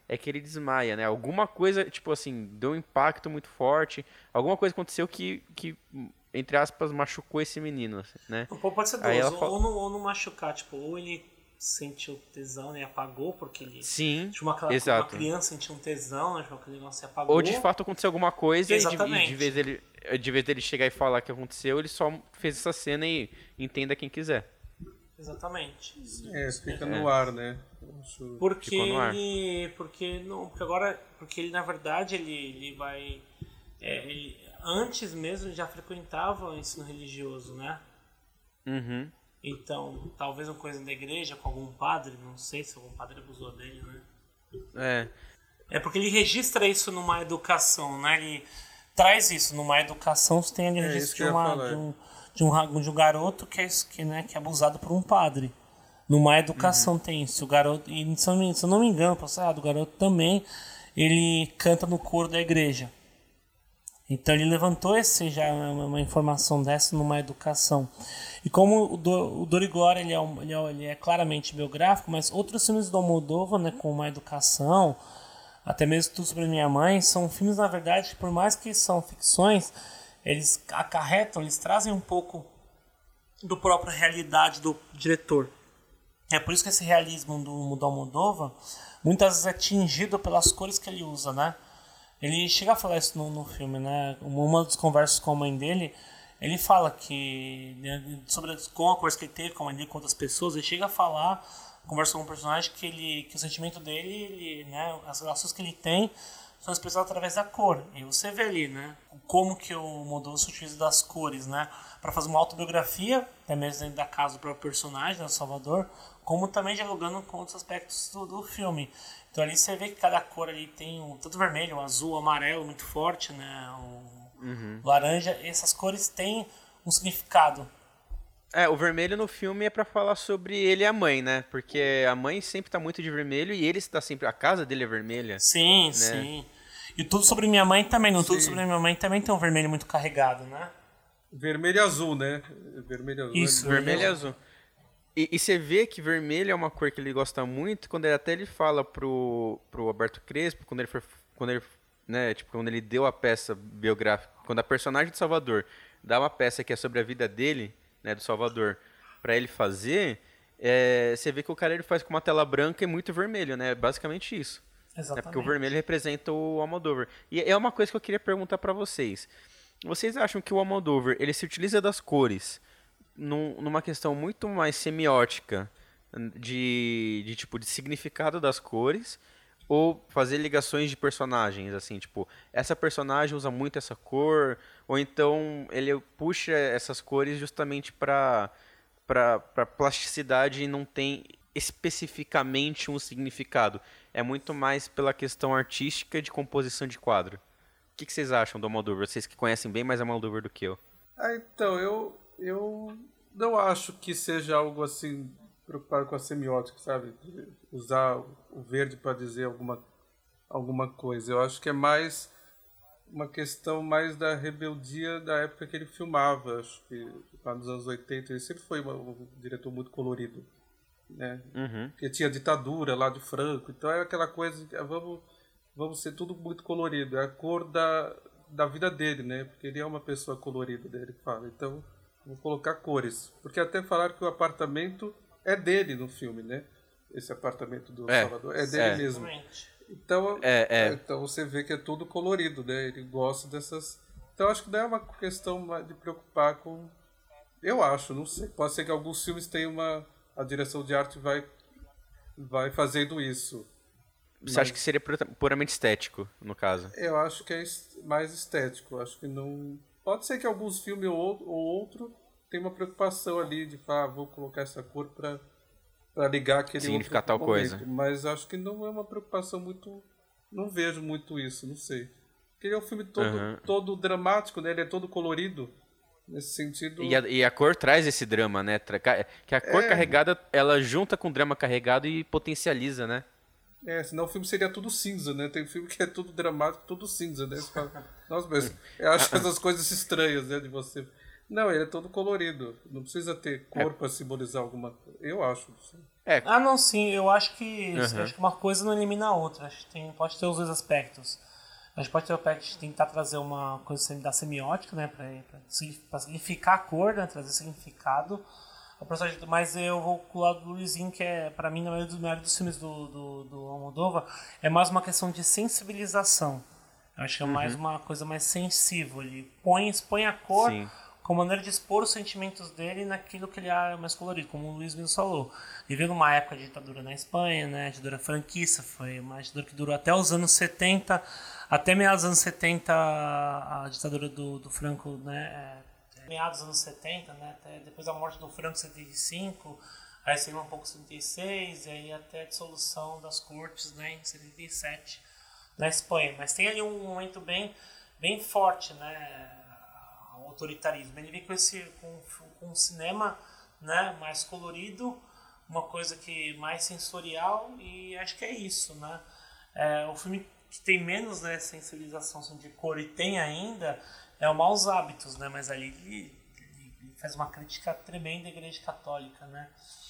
é que ele desmaia, né? Alguma coisa, tipo assim, deu um impacto muito forte, alguma coisa aconteceu que, que entre aspas, machucou esse menino, assim, né? Pode ser Aí duas, ela ou, fala- ou, não, ou não machucar, tipo, ou ele sentiu tesão, né, e apagou, porque ele... Sim, Tipo, uma, uma exato. criança sentiu um tesão, né, tipo, aquele negócio se apagou. Ou de fato aconteceu alguma coisa e de, e Exatamente. de vez dele, de vez dele chegar e falar que aconteceu, ele só fez essa cena e entenda quem quiser. Exatamente. É, fica no ar, né? Acho- Porque Ficou no ar. ele... Porque, não, porque agora... Porque ele, na verdade, ele, ele vai... é, ele- antes mesmo, ele já frequentava o ensino religioso, né? Uhum. Então, talvez uma coisa da igreja com algum padre, não sei se algum padre abusou dele, né? É. É porque ele registra isso numa educação, né? Ele traz isso numa educação, você tem ali o É, isso registro que de, eu ia uma, falar. de, um, de, um, ra- de um garoto que é, que, né, que é abusado por um padre. Numa educação tem isso. O garoto, e se eu, não me- se eu não me engano, passado, o garoto também, ele canta no coro da igreja. Então ele levantou esse, já uma, uma informação dessa numa educação. E como o, Do, o Dor e Glória ele é, um- ele, é, ele é claramente biográfico, mas outros filmes do Almodóvar, né, com uma educação, até mesmo Tudo Sobre Minha Mãe, são filmes, na verdade, que por mais que são ficções, eles acarretam, eles trazem um pouco do própria realidade do diretor. É por isso que esse realismo do, do Almodóvar muitas vezes é tingido pelas cores que ele usa, né? Ele chega a falar isso no, no filme, né? Uma das conversas com a mãe dele, ele fala que, né, sobre com a conversa que ele teve com a mãe dele, com outras pessoas, ele chega a falar, conversa com um personagem, que, ele, que o sentimento dele, ele, né, as relações que ele tem são expressadas através da cor. E você vê ali, né, como que o Almodóvar se utiliza das cores, né, para fazer uma autobiografia, até mesmo dentro da casa do próprio personagem, né, Salvador, como também dialogando com outros aspectos do, do filme. Então ali você vê que cada cor ali tem um, tanto vermelho, o azul, o amarelo muito forte, né, o Uhum. laranja, essas cores têm um significado. É, o vermelho no filme é pra falar sobre ele e a mãe, né? Porque a mãe sempre tá muito de vermelho e ele está sempre... A casa dele é vermelha. Sim, sim. E Tudo Sobre Minha Mãe também, no Tudo Sim. Sobre Minha Mãe também tem um vermelho muito carregado, né? Vermelho e azul, né? Vermelho e azul. Isso. Vermelho e azul. E, e você vê que vermelho é uma cor que ele gosta muito, quando ele, até ele fala pro, pro Alberto Crespo, quando ele for, quando ele, né, tipo, quando ele deu a peça biográfica, quando a personagem de Salvador dá uma peça que é sobre a vida dele, né, do Salvador, pra ele fazer, é, você vê que o cara ele faz com uma tela branca e muito vermelho, né? É basicamente isso. Exatamente. É porque o vermelho representa o Almodóvar. E é uma coisa que eu queria perguntar pra vocês. Vocês acham que o Almodóvar, ele se utiliza das cores num- numa questão muito mais semiótica de, de tipo de significado das cores ou fazer ligações de personagens, assim, tipo, essa personagem usa muito essa cor, ou então ele puxa essas cores justamente para para para plasticidade e não tem especificamente um significado. É muito mais pela questão artística de composição de quadro. O que, que vocês acham do Almodóvar? Vocês que conhecem bem mais Almodóvar do que eu. Ah, então, eu, eu não acho que seja algo assim preocupado com a semiótica, sabe? De usar o verde para dizer alguma, alguma coisa. Eu acho que é mais uma questão mais da rebeldia da época que ele filmava. Acho que lá nos anos oitenta ele sempre foi uma- um diretor muito colorido, né? Uhum. Porque tinha ditadura lá de Franco, então era aquela coisa que ah, vamos, vamos ser tudo muito colorido. É a cor da, da vida dele, né? Porque ele é uma pessoa colorida, né? Ele fala. Então, vou colocar cores. Porque até falaram que o apartamento é dele no filme, né? Esse apartamento do É, Salvador é dele é. mesmo. Exatamente. Então, É, é. então você vê que é tudo colorido, né? Ele gosta dessas. Então acho que não é uma questão mais de preocupar com. Eu acho, não sei. Pode ser que alguns filmes tenham uma. A direção de arte vai, vai fazendo isso. Você acha que seria pura- puramente estético, no caso? Eu acho que é es- mais estético. Acho que não. Pode ser que alguns filmes ou outro, ou outro tenha uma preocupação ali de falar, ah, vou colocar essa cor para para ligar aquele Significar outro tal momento. coisa. Mas acho que não é uma preocupação muito. Não vejo muito isso, não sei. Porque ele é um filme todo, Aham. todo dramático, né? Ele é todo colorido. Nesse sentido. E a, e a cor traz esse drama, né? Tra- ca- Que a cor É. carregada, ela junta com o drama carregado e potencializa, né? É, senão o filme seria tudo cinza, né? Tem filme que é tudo dramático, tudo cinza, né? Você fala, nossa, mas eu acho essas coisas estranhas, né? De você. Não, ele é todo colorido. Não precisa ter cor é. pra simbolizar alguma coisa. Eu acho. É. Ah, não, sim. Eu acho que, Uhum. acho que uma coisa não elimina a outra. Acho que tem, pode ter os dois aspectos. A gente pode ter o aspecto de tentar trazer uma coisa da semiótica, né? Pra, pra, pra significar a cor, né? Trazer significado. Mas eu vou com o lado do Luizinho, que é, pra mim, na maioria dos, maioria dos filmes do, do, do Almodóvar, é mais uma questão de sensibilização. Eu acho que é mais uhum. uma coisa mais sensível. Ele põe, expõe a cor Sim. como maneira de expor os sentimentos dele naquilo que ele é mais colorido, como o Luiz mesmo falou. Vivendo uma época de ditadura na Espanha, né? Ditadura franquista, foi uma ditadura que durou até os anos setenta, até meados dos anos setenta, a, a ditadura do, do Franco, né? É, meados dos anos setenta, né? Até depois da morte do Franco em setenta e cinco, aí saiu um pouco em setenta e seis, e aí até a dissolução das cortes, né? Em setenta e sete, na Espanha. Mas tem ali um momento bem, bem forte, né? O autoritarismo. Ele vem com esse com, com um cinema, né? Mais colorido, uma coisa que mais sensorial, e acho que é isso, né? É, o filme que tem menos, né, sensibilização de cor e tem ainda é o Maus Hábitos, né? Mas ali ele, ele faz uma crítica tremenda à Igreja Católica, né?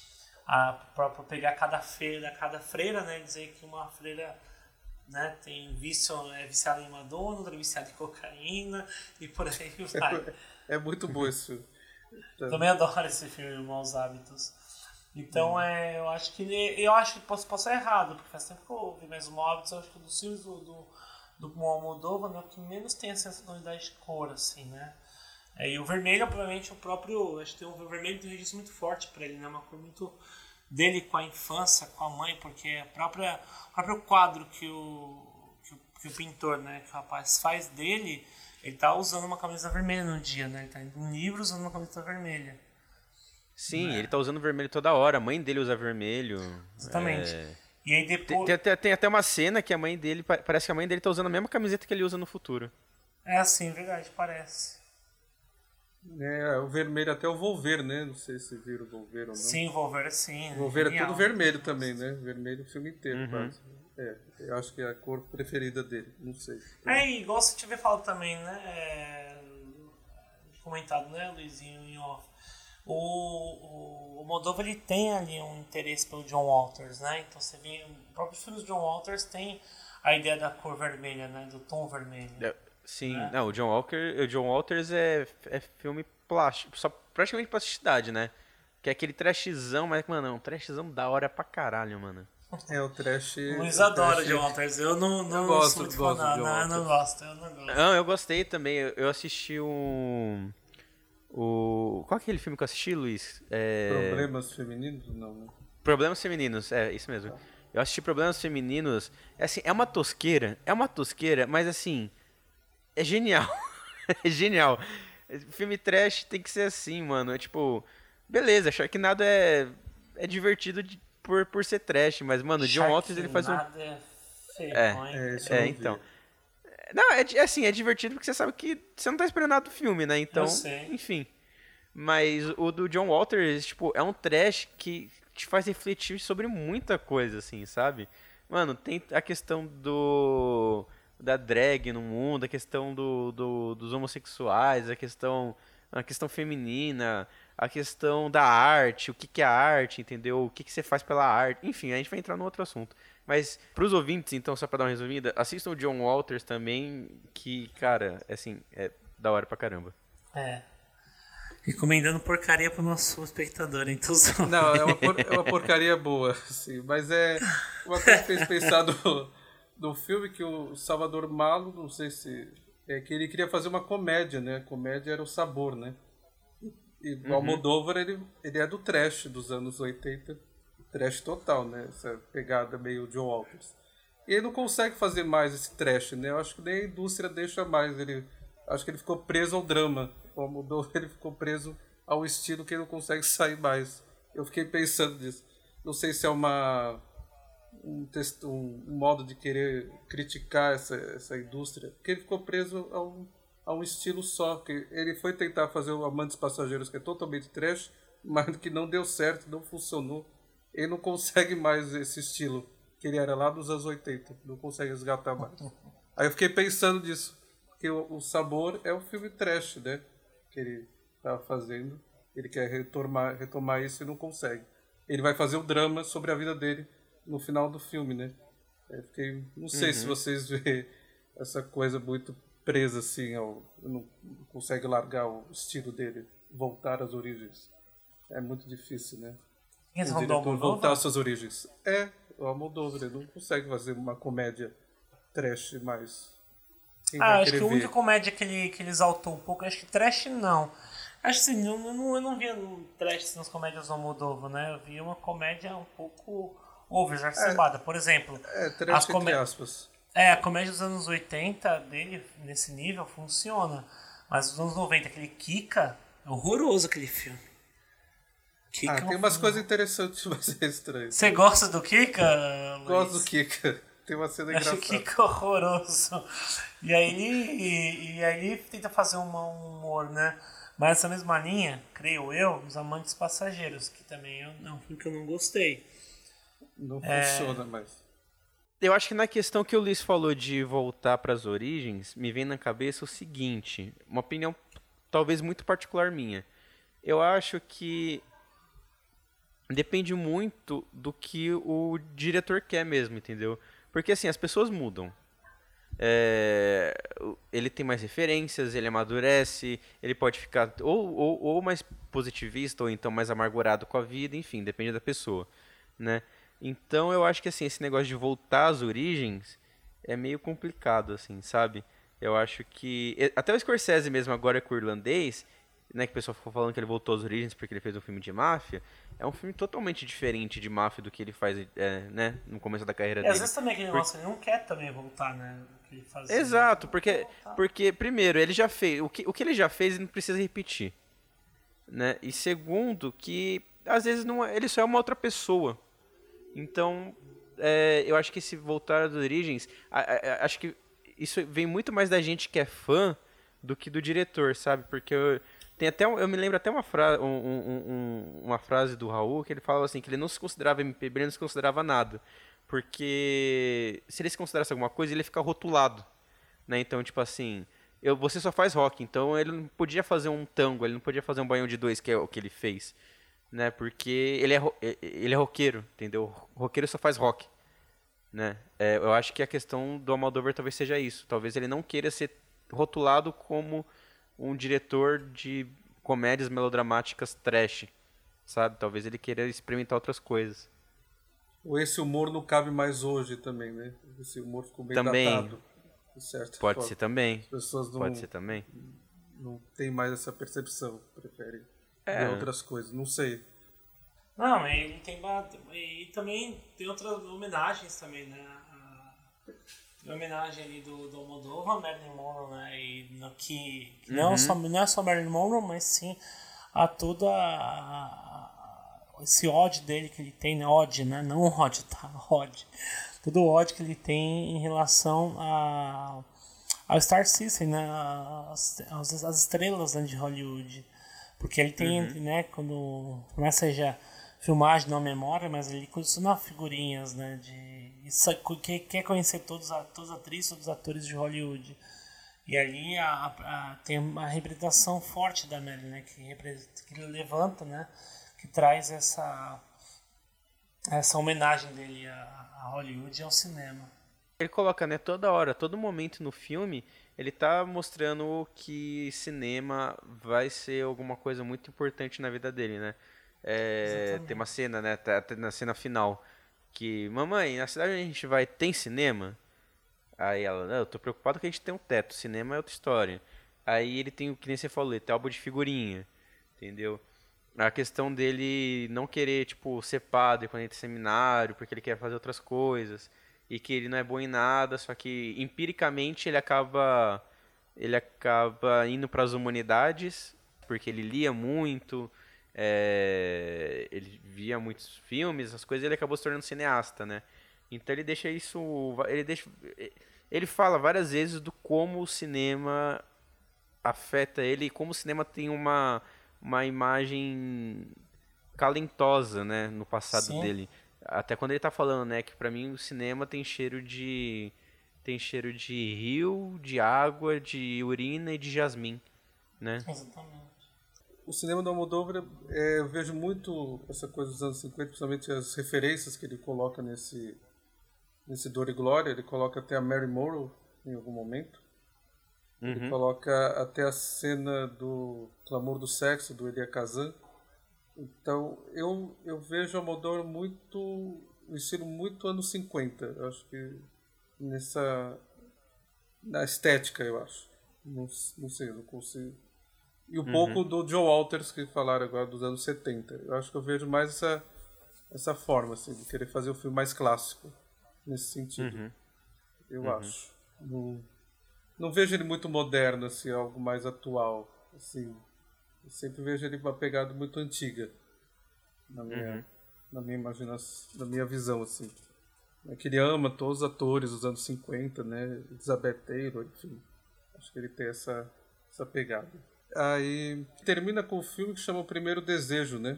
Para pegar cada freira, cada freira, né? Dizer que uma freira, né, tem vício, é viciada em Madonna, outra é viciada em cocaína e por aí vai. É, é muito bom esse filme. Também adoro esse filme, Maus Hábitos. Então, hum. é, eu acho que eu acho que posso, posso ser errado, porque faz tempo que eu ouvi, mas o Maus Hábitos, eu acho que dos filmes do, do do Almodóvar, né, o que menos tem a sensibilidade de cor, assim, né? É, e o vermelho, obviamente, o próprio, acho que tem um vermelho tem um registro muito forte para ele, né? Uma cor muito dele com a infância, com a mãe, porque a própria, o próprio quadro que o, que o, que o pintor, né, que o rapaz faz dele, ele tá usando uma camisa vermelha no dia, né? Ele tá indo no livro usando uma camisa vermelha. Sim, né? Ele tá usando vermelho toda hora, a mãe dele usa vermelho. Exatamente. É... E aí depois... Tem, tem, tem até uma cena que a mãe dele, parece que a mãe dele tá usando a mesma camiseta que ele usa no futuro. É assim, verdade, parece. É, o vermelho até o Volver, né? Não sei se viram o Volver ou não. Sim, o Volver sim. O Volver é tudo vermelho também, né? Vermelho o filme inteiro, uhum. quase. É, eu acho que é a cor preferida dele, não sei. É, igual você tiver falado também, né? É... Comentado, né, Luizinho, em off. O, o, o Moldova, ele tem ali um interesse pelo John Waters, né? Então você vê, o próprio filme do John Waters tem a ideia da cor vermelha, né? Do tom vermelho. É, sim, né? não, o John Walker, o John Waters é, é filme plástico, só praticamente plasticidade, né? Que é aquele trashzão, mas, mano, é um trashzão da hora pra caralho, mano. É, o trash... O Luiz adora o John Waters, eu não, não eu gosto, sou muito gosto fã, não, eu não gosto, eu não gosto. Não, eu gostei também, eu assisti um... O... Qual é aquele filme que eu assisti, Luiz? É... Problemas Femininos? Não, né? Problemas Femininos, é, isso mesmo. Eu assisti Problemas Femininos, é assim, é uma tosqueira, é uma tosqueira, mas assim, é genial, é genial. Filme trash tem que ser assim, mano, é tipo, beleza, Sharknado é, é divertido de, por, por ser trash, mas, mano, o John Waters, ele faz um... é feio, é, hein? É, é então... Não, é, é assim, é divertido porque você sabe que você não tá esperando nada do filme, né? Então, enfim. Mas o do John Waters, tipo, é um trash que te faz refletir sobre muita coisa, assim, sabe? Mano, tem a questão do... da drag no mundo, a questão do, do, dos homossexuais, a questão, a questão feminina, a questão da arte, o que, que é arte, entendeu? O que, que você faz pela arte. Enfim, a gente vai entrar no outro assunto. Mas, pros ouvintes, então, só pra dar uma resumida, assistam o John Waters também, que, cara, assim, é da hora pra caramba. É. Recomendando porcaria pro nosso espectador, então. Não, é uma, por, é uma porcaria boa, sim, mas é uma coisa que fez pensar do, do filme que o Salvador Malo, não sei se... É que ele queria fazer uma comédia, né? A comédia era o sabor, né? E o uhum. Almodóvar, ele, ele é do trash dos anos oitenta. Trash total, né? Essa pegada meio John Waters. E ele não consegue fazer mais esse trash, né? Eu acho que nem a indústria deixa mais. Ele, acho que ele ficou preso ao drama. O Almodóvar, ele ficou preso ao estilo que ele não consegue sair mais. Eu fiquei pensando nisso. Não sei se é uma um, texto, um, um modo de querer criticar essa, essa indústria, porque ele ficou preso a um, a um estilo só. Que ele foi tentar fazer o Amantes Passageiros, que é totalmente trash, mas que não deu certo, não funcionou. Ele não consegue mais esse estilo que ele era lá dos anos oitenta. Não consegue resgatar mais. Aí eu fiquei pensando nisso. Porque o, o Sabor é um filme trash, né? Que ele estava fazendo. Ele quer retomar, retomar isso e não consegue. Ele vai fazer o drama sobre a vida dele no final do filme, né? Eu fiquei, não sei uhum. se vocês vê essa coisa muito presa assim, ao, não consegue largar o estilo dele, voltar às origens. É muito difícil, né? Eles o diretor voltar às suas origens. É, o Almodóvar, ele não consegue fazer uma comédia trash mais. Quem ah, acho que a única comédia que ele, que ele exaltou um pouco, acho que trash não. Acho que assim, eu não, eu não via trash nas comédias do Almodóvar, né? Eu via uma comédia um pouco over, exacerbada. É, por exemplo, é, trash as comé- entre aspas. É, a comédia dos anos oitenta dele, nesse nível, funciona. Mas nos anos noventa, aquele Kika, é horroroso aquele filme. Kika ah, é um tem umas filme... coisas interessantes, mas é estranho. Você gosta do Kika, Luiz? Gosto do Kika. Tem uma cena engraçada. Acho o Kika horroroso. E aí, e, e aí ele tenta fazer um humor, né? Mas essa mesma linha, creio eu, Os Amantes Passageiros, que também é um filme que eu não gostei. Não é... funciona mais. Eu acho que na questão que o Luiz falou de voltar para as origens, me vem na cabeça o seguinte, uma opinião talvez muito particular minha. Eu acho que depende muito do que o diretor quer mesmo, entendeu? Porque assim, as pessoas mudam. É, ele tem mais referências, ele amadurece, ele pode ficar ou, ou, ou mais positivista ou então mais amargurado com a vida, enfim, depende da pessoa, né? Então eu acho que assim, esse negócio de voltar às origens é meio complicado, assim, sabe? Eu acho que... Até o Scorsese mesmo agora com o Irlandês, né, que o pessoal ficou falando que ele voltou às origens porque ele fez um filme de máfia, é um filme totalmente diferente de máfia do que ele faz, é, né, no começo da carreira e dele. Às vezes também aquele negócio, Por... ele não quer também voltar, né? O que ele fazia, Exato, porque, porque primeiro, ele já fez, o que, o que ele já fez ele não precisa repetir, né? E segundo, que às vezes não, ele só é uma outra pessoa. Então, é, eu acho que esse voltar às origens, a, a, a, acho que isso vem muito mais da gente que é fã do que do diretor, sabe? Porque eu, tem até um, eu me lembro até uma, fra, um, um, um, uma frase do Raul que ele falava assim, que ele não se considerava M P B, ele não se considerava nada. Porque se ele se considerasse alguma coisa, ele ia ficar rotulado, né? Então, tipo assim, eu, você só faz rock, então ele não podia fazer um tango, ele não podia fazer um Baião de Dois, que é o que ele fez. Né, porque ele é, ele é roqueiro, entendeu? O roqueiro só faz rock, né? É, eu acho que a questão do Almodóvar talvez seja isso. Talvez ele não queira ser rotulado como um diretor de comédias melodramáticas trash, sabe? Talvez ele queira experimentar outras coisas. Ou esse humor não cabe mais hoje também, né? Esse humor ficou bem também, datado. Certo? Pode forma. ser também. As pessoas não, pode ser também. Não tem mais essa percepção, preferem. É. De outras coisas, não sei. Não, ele tem e também tem outras homenagens também, né? A homenagem ali do, do Almodóvar, Marilyn Monroe, né? E no que uhum. não, só, não é só Marilyn Monroe, mas sim a toda a, a, esse ódio dele que ele tem, né? Ódio, né? Não ódio, tá? Ódio. Todo o ódio que ele tem em relação a, ao Star System, né? As, as, as estrelas, né, de Hollywood. Porque ele tem, uhum. né, quando não é seja filmagem, não memória, mas ele coleciona figurinhas, né, de isso, que quer conhecer todos, todas as atrizes, todos os atores de Hollywood. E ali a, a, a, tem uma representação forte da Marilyn, né, que, que ele levanta, né, que traz essa, essa homenagem dele a, a Hollywood e ao cinema. Ele coloca, né, toda hora, todo momento no filme, ele tá mostrando que cinema vai ser alguma coisa muito importante na vida dele, né? É, tem uma cena, né, tá, na cena final, que, mamãe, na cidade onde a gente vai, tem cinema? Aí ela, não, eu tô preocupado que a gente tem um teto, cinema é outra história. Aí ele tem o que nem você falou, ele tem álbum de figurinha, entendeu? A questão dele não querer, tipo, ser padre quando ele tem seminário, porque ele quer fazer outras coisas. E que ele não é bom em nada, só que empiricamente ele acaba ele acaba indo para as humanidades, porque ele lia muito, é, ele via muitos filmes, as coisas, e ele acabou se tornando cineasta, né? Então ele deixa isso, ele deixa, ele fala várias vezes do como o cinema afeta ele e como o cinema tem uma uma imagem calentosa, né, no passado Sim. dele. Até quando ele tá falando, né, que pra mim o cinema tem cheiro de tem cheiro de rio, de água, de urina e de jasmim, né? Exatamente. O cinema do Almodóvar, é, eu vejo muito essa coisa dos anos cinquenta, principalmente as referências que ele coloca nesse, nesse Dor e Glória. Ele coloca até a Mary Morrow em algum momento. Uhum. Ele coloca até a cena do Clamor do Sexo, do Elia Kazan. Então, eu, eu vejo o Almodóvar muito, um estilo muito anos cinquenta. Eu acho que nessa... na estética, eu acho. Não, não sei, eu não consigo... E um uhum. pouco do Joe Walters, que falaram agora dos anos setenta. Eu acho que eu vejo mais essa, essa forma, assim, de querer fazer o filme mais clássico, nesse sentido. Uhum. Eu uhum. acho. Não, não vejo ele muito moderno, assim, algo mais atual. Assim. Eu sempre vejo ele uma pegada muito antiga, na minha, uhum. na minha imaginação, na minha visão, assim. É que ele ama todos os atores dos anos cinquenta, né? Elizabeth Taylor, enfim. Acho que ele tem essa, essa pegada. Aí termina com o filme que chama O Primeiro Desejo, né?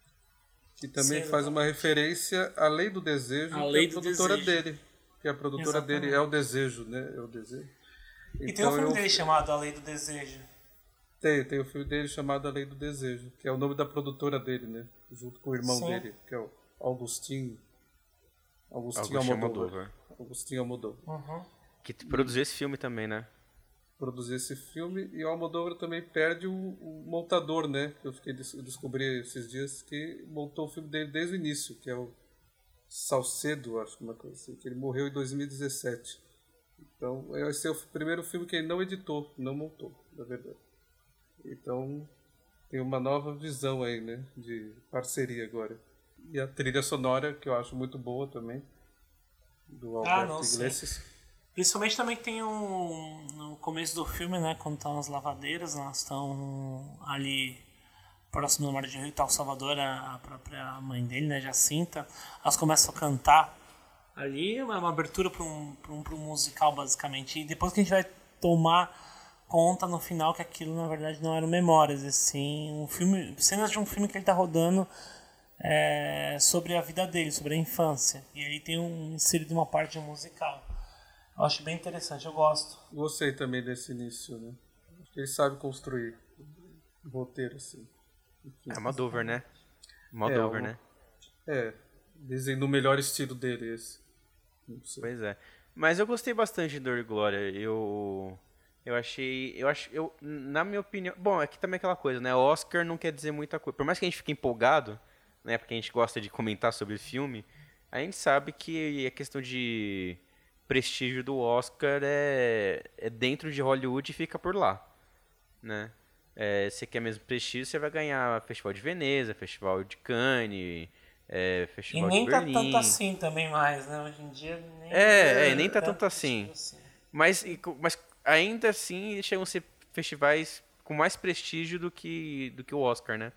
Que também Sim, faz uma referência à Lei do Desejo, a que lei é a produtora desejo. dele. Que a produtora Exatamente. dele é o Desejo, né? É o Desejo. E então, tem um filme eu... dele chamado A Lei do Desejo. Tem, tem o filme dele chamado A Lei do Desejo, que é o nome da produtora dele, né? Junto com o irmão Sim. dele, que é o Augustinho. Augustinho Almodóvar. Augustinho Almodóvar. Uhum. Que produziu esse filme também, né? Produzir esse filme, e o Almodóvar também perde o, o montador, né? Que eu fiquei eu descobri esses dias que montou o filme dele desde o início, que é o Salcedo, acho que uma coisa assim, que ele morreu em dois mil e dezessete. Então, esse é o primeiro filme que ele não editou, não montou, na verdade. Então, tem uma nova visão aí, né? De parceria agora. E a trilha sonora, que eu acho muito boa também, do Alberto ah, Iglesias. Sim. Principalmente também tem um... no começo do filme, né, quando estão as lavadeiras, elas estão ali próximo do Mar de Rio, está o Salvador, a, a própria mãe dele, né, Jacinta. Elas começam a cantar ali, é uma abertura para um, pra um, pra um musical, basicamente. E depois que a gente vai tomar conta no final que aquilo, na verdade, não eram memórias, assim, um filme, cenas de um filme que ele está rodando é, sobre a vida dele, sobre a infância. E aí tem um, inserido uma parte musical. Eu acho bem interessante, eu gosto. Gostei também desse início, né? Acho que ele sabe construir um roteiro, assim. É Almodóvar, né? Almodóvar, é, né? É, dizem no melhor estilo dele esse. Pois é. Mas eu gostei bastante de Dor e Glória. Eu... Eu achei... Eu acho... Eu, na minha opinião... Bom, aqui também é aquela coisa, né? O Oscar não quer dizer muita coisa. Por mais que a gente fique empolgado, né? Porque a gente gosta de comentar sobre o filme, a gente sabe que a questão de... prestígio do Oscar é, é dentro de Hollywood e fica por lá, né? É, você quer mesmo prestígio, você vai ganhar Festival de Veneza, Festival de Cannes, é, Festival de Berlim. E nem tá tanto assim também mais, né? Hoje em dia nem é, é, nem tá tanto assim. assim. Mas, mas ainda assim eles chegam a ser festivais com mais prestígio do que, do que o Oscar, né?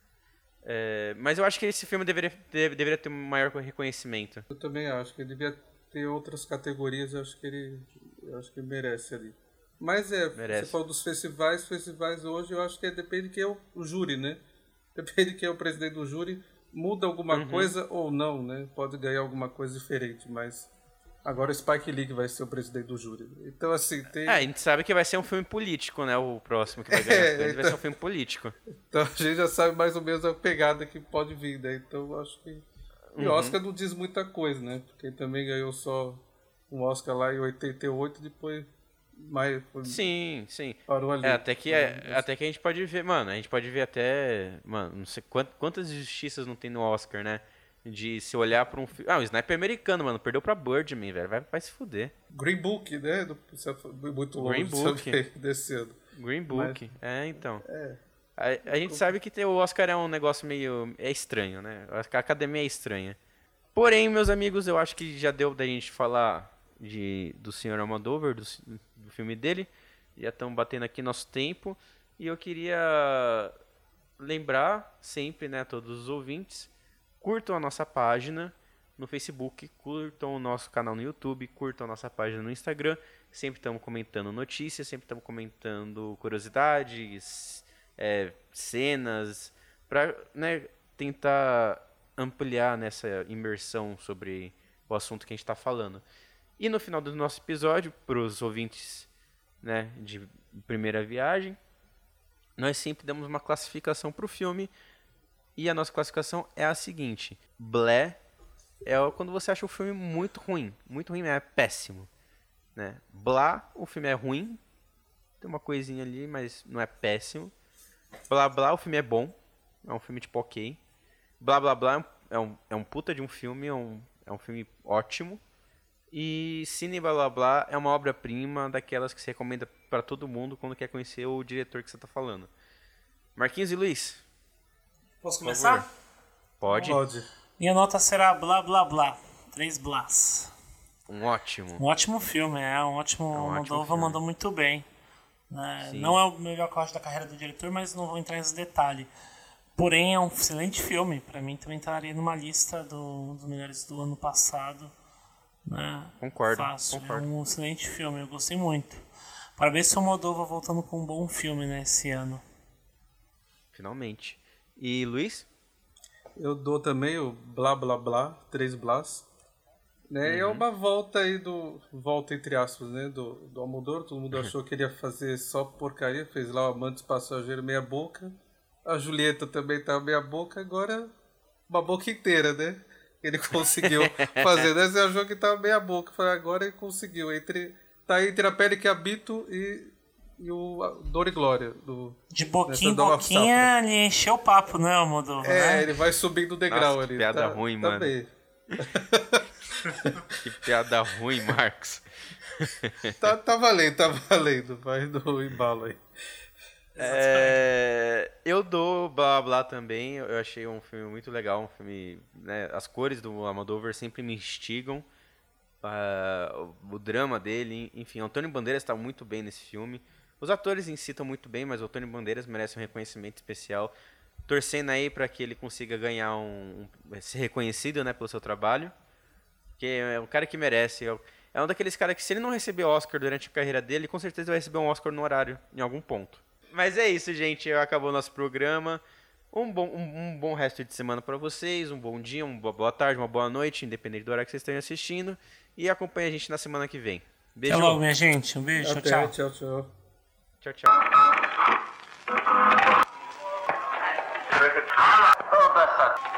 É, mas eu acho que esse filme deveria, deve, deveria ter um maior reconhecimento. Eu também acho que ele devia ter outras categorias, eu acho que ele, eu acho que ele merece ali. Mas é, merece. Você falou dos festivais, festivais hoje eu acho que é, depende de quem é o, o júri, né? Depende de quem é o presidente do júri, muda alguma uhum. coisa ou não, né? Pode ganhar alguma coisa diferente, mas agora o Spike Lee vai ser o presidente do júri. Então assim, tem... É, a gente sabe que vai ser um filme político, né? O próximo que vai ganhar é, então... vai ser um filme político. Então a gente já sabe mais ou menos a pegada que pode vir, né? Então eu acho que... E o Oscar não diz muita coisa, né? Porque ele também ganhou só um Oscar lá em oitenta e oito, depois mais foi, sim, sim. Parou ali. É, até que, é, até que a gente pode ver, mano, a gente pode ver até, mano, não sei quantas, quantas injustiças não tem no Oscar, né? De se olhar pra um filme... Ah, o Sniper americano, mano, perdeu pra Birdman, velho, vai, vai se fuder. Green Book, né? Muito longe Green Book. desse ano. Green Book, Mas, é, então. É. A, a gente sabe que ter o Oscar é um negócio meio... É estranho, né? A academia é estranha. Porém, meus amigos, eu acho que já deu da gente falar de, do senhor Almodóvar, do, do filme dele. Já estamos batendo aqui nosso tempo. E eu queria lembrar sempre, né, a todos os ouvintes, curtam a nossa página no Facebook, curtam o nosso canal no YouTube, curtam a nossa página no Instagram. Sempre estamos comentando notícias, sempre estamos comentando curiosidades... É, cenas, para, né, tentar ampliar nessa imersão sobre o assunto que a gente está falando. E no final do nosso episódio, para os ouvintes, né, de primeira viagem, nós sempre damos uma classificação pro filme. E a nossa classificação é a seguinte. Blé é quando você acha o filme muito ruim. Muito ruim, é péssimo. Né? Blá, o filme é ruim. Tem uma coisinha ali, mas não é péssimo. Blá blá, o filme é bom. É um filme tipo ok. Blá blá blá é um, é um puta de um filme. É um, é um filme ótimo. E Cine Blá Blá Blá é uma obra-prima daquelas que você recomenda pra todo mundo quando quer conhecer o diretor que você tá falando. Marquinhos e Luiz. Posso começar? Pode. Pode. Minha nota será blá blá blá. Três blás. Um ótimo. Um ótimo filme, é um ótimo. É um O ótimo Moldova filme. mandou muito bem. Né? Sim. Não é o melhor que eu acho da carreira do diretor, mas não vou entrar nesse detalhe. Porém, é um excelente filme. Pra mim, também estaria numa lista do, dos melhores do ano passado. Né? Concordo, Fácil. concordo. É um excelente filme, eu gostei muito. Parabéns ao Moldova voltando com um bom filme né, esse ano. Finalmente. E Luiz? Eu dou também o blá blá blá, três blás. Né? Uhum. É uma volta aí do. Volta entre aspas, né? Do, do Almodóvar. Todo mundo achou que ele ia fazer só porcaria. Fez lá o Amantes Passageiro meia boca. A Julieta também tá meia boca, agora uma boca inteira, né? Ele conseguiu fazer. Né? Você achou que tava meia boca. Agora ele conseguiu. Entre, tá entre a pele que habito e. E o Dor e Glória. Do, De boquinha em nova boquinha, safra. ele encheu o papo, né, o Moldova? É, né? ele vai subindo o degrau Nossa, que ali. piada tá, ruim, tá mano. Bem. Que piada ruim, Marcos. Tá, tá valendo, tá valendo. Vai do embalo aí. É, eu dou Blá Blá também. Eu achei um filme muito legal. Um filme, né, as cores do Almodóvar sempre me instigam. Uh, o, o drama dele, enfim. Antônio Bandeiras está muito bem nesse filme. Os atores em si estão muito bem, mas o Antônio Bandeiras merece um reconhecimento especial. Torcendo aí para que ele consiga ganhar um, um ser reconhecido, né, pelo seu trabalho. Porque é um cara que merece. É um daqueles caras que, se ele não receber Oscar durante a carreira dele, com certeza vai receber um Oscar no horário, em algum ponto. Mas é isso, gente. Acabou o nosso programa. Um bom, um, um bom resto de semana para vocês. Um bom dia, uma boa tarde, uma boa noite, independente do horário que vocês estejam assistindo. E acompanhe a gente na semana que vem. Beijo. Até logo, minha gente. Um beijo. Até, tchau. tchau, tchau. Tchau, tchau. Oh, that's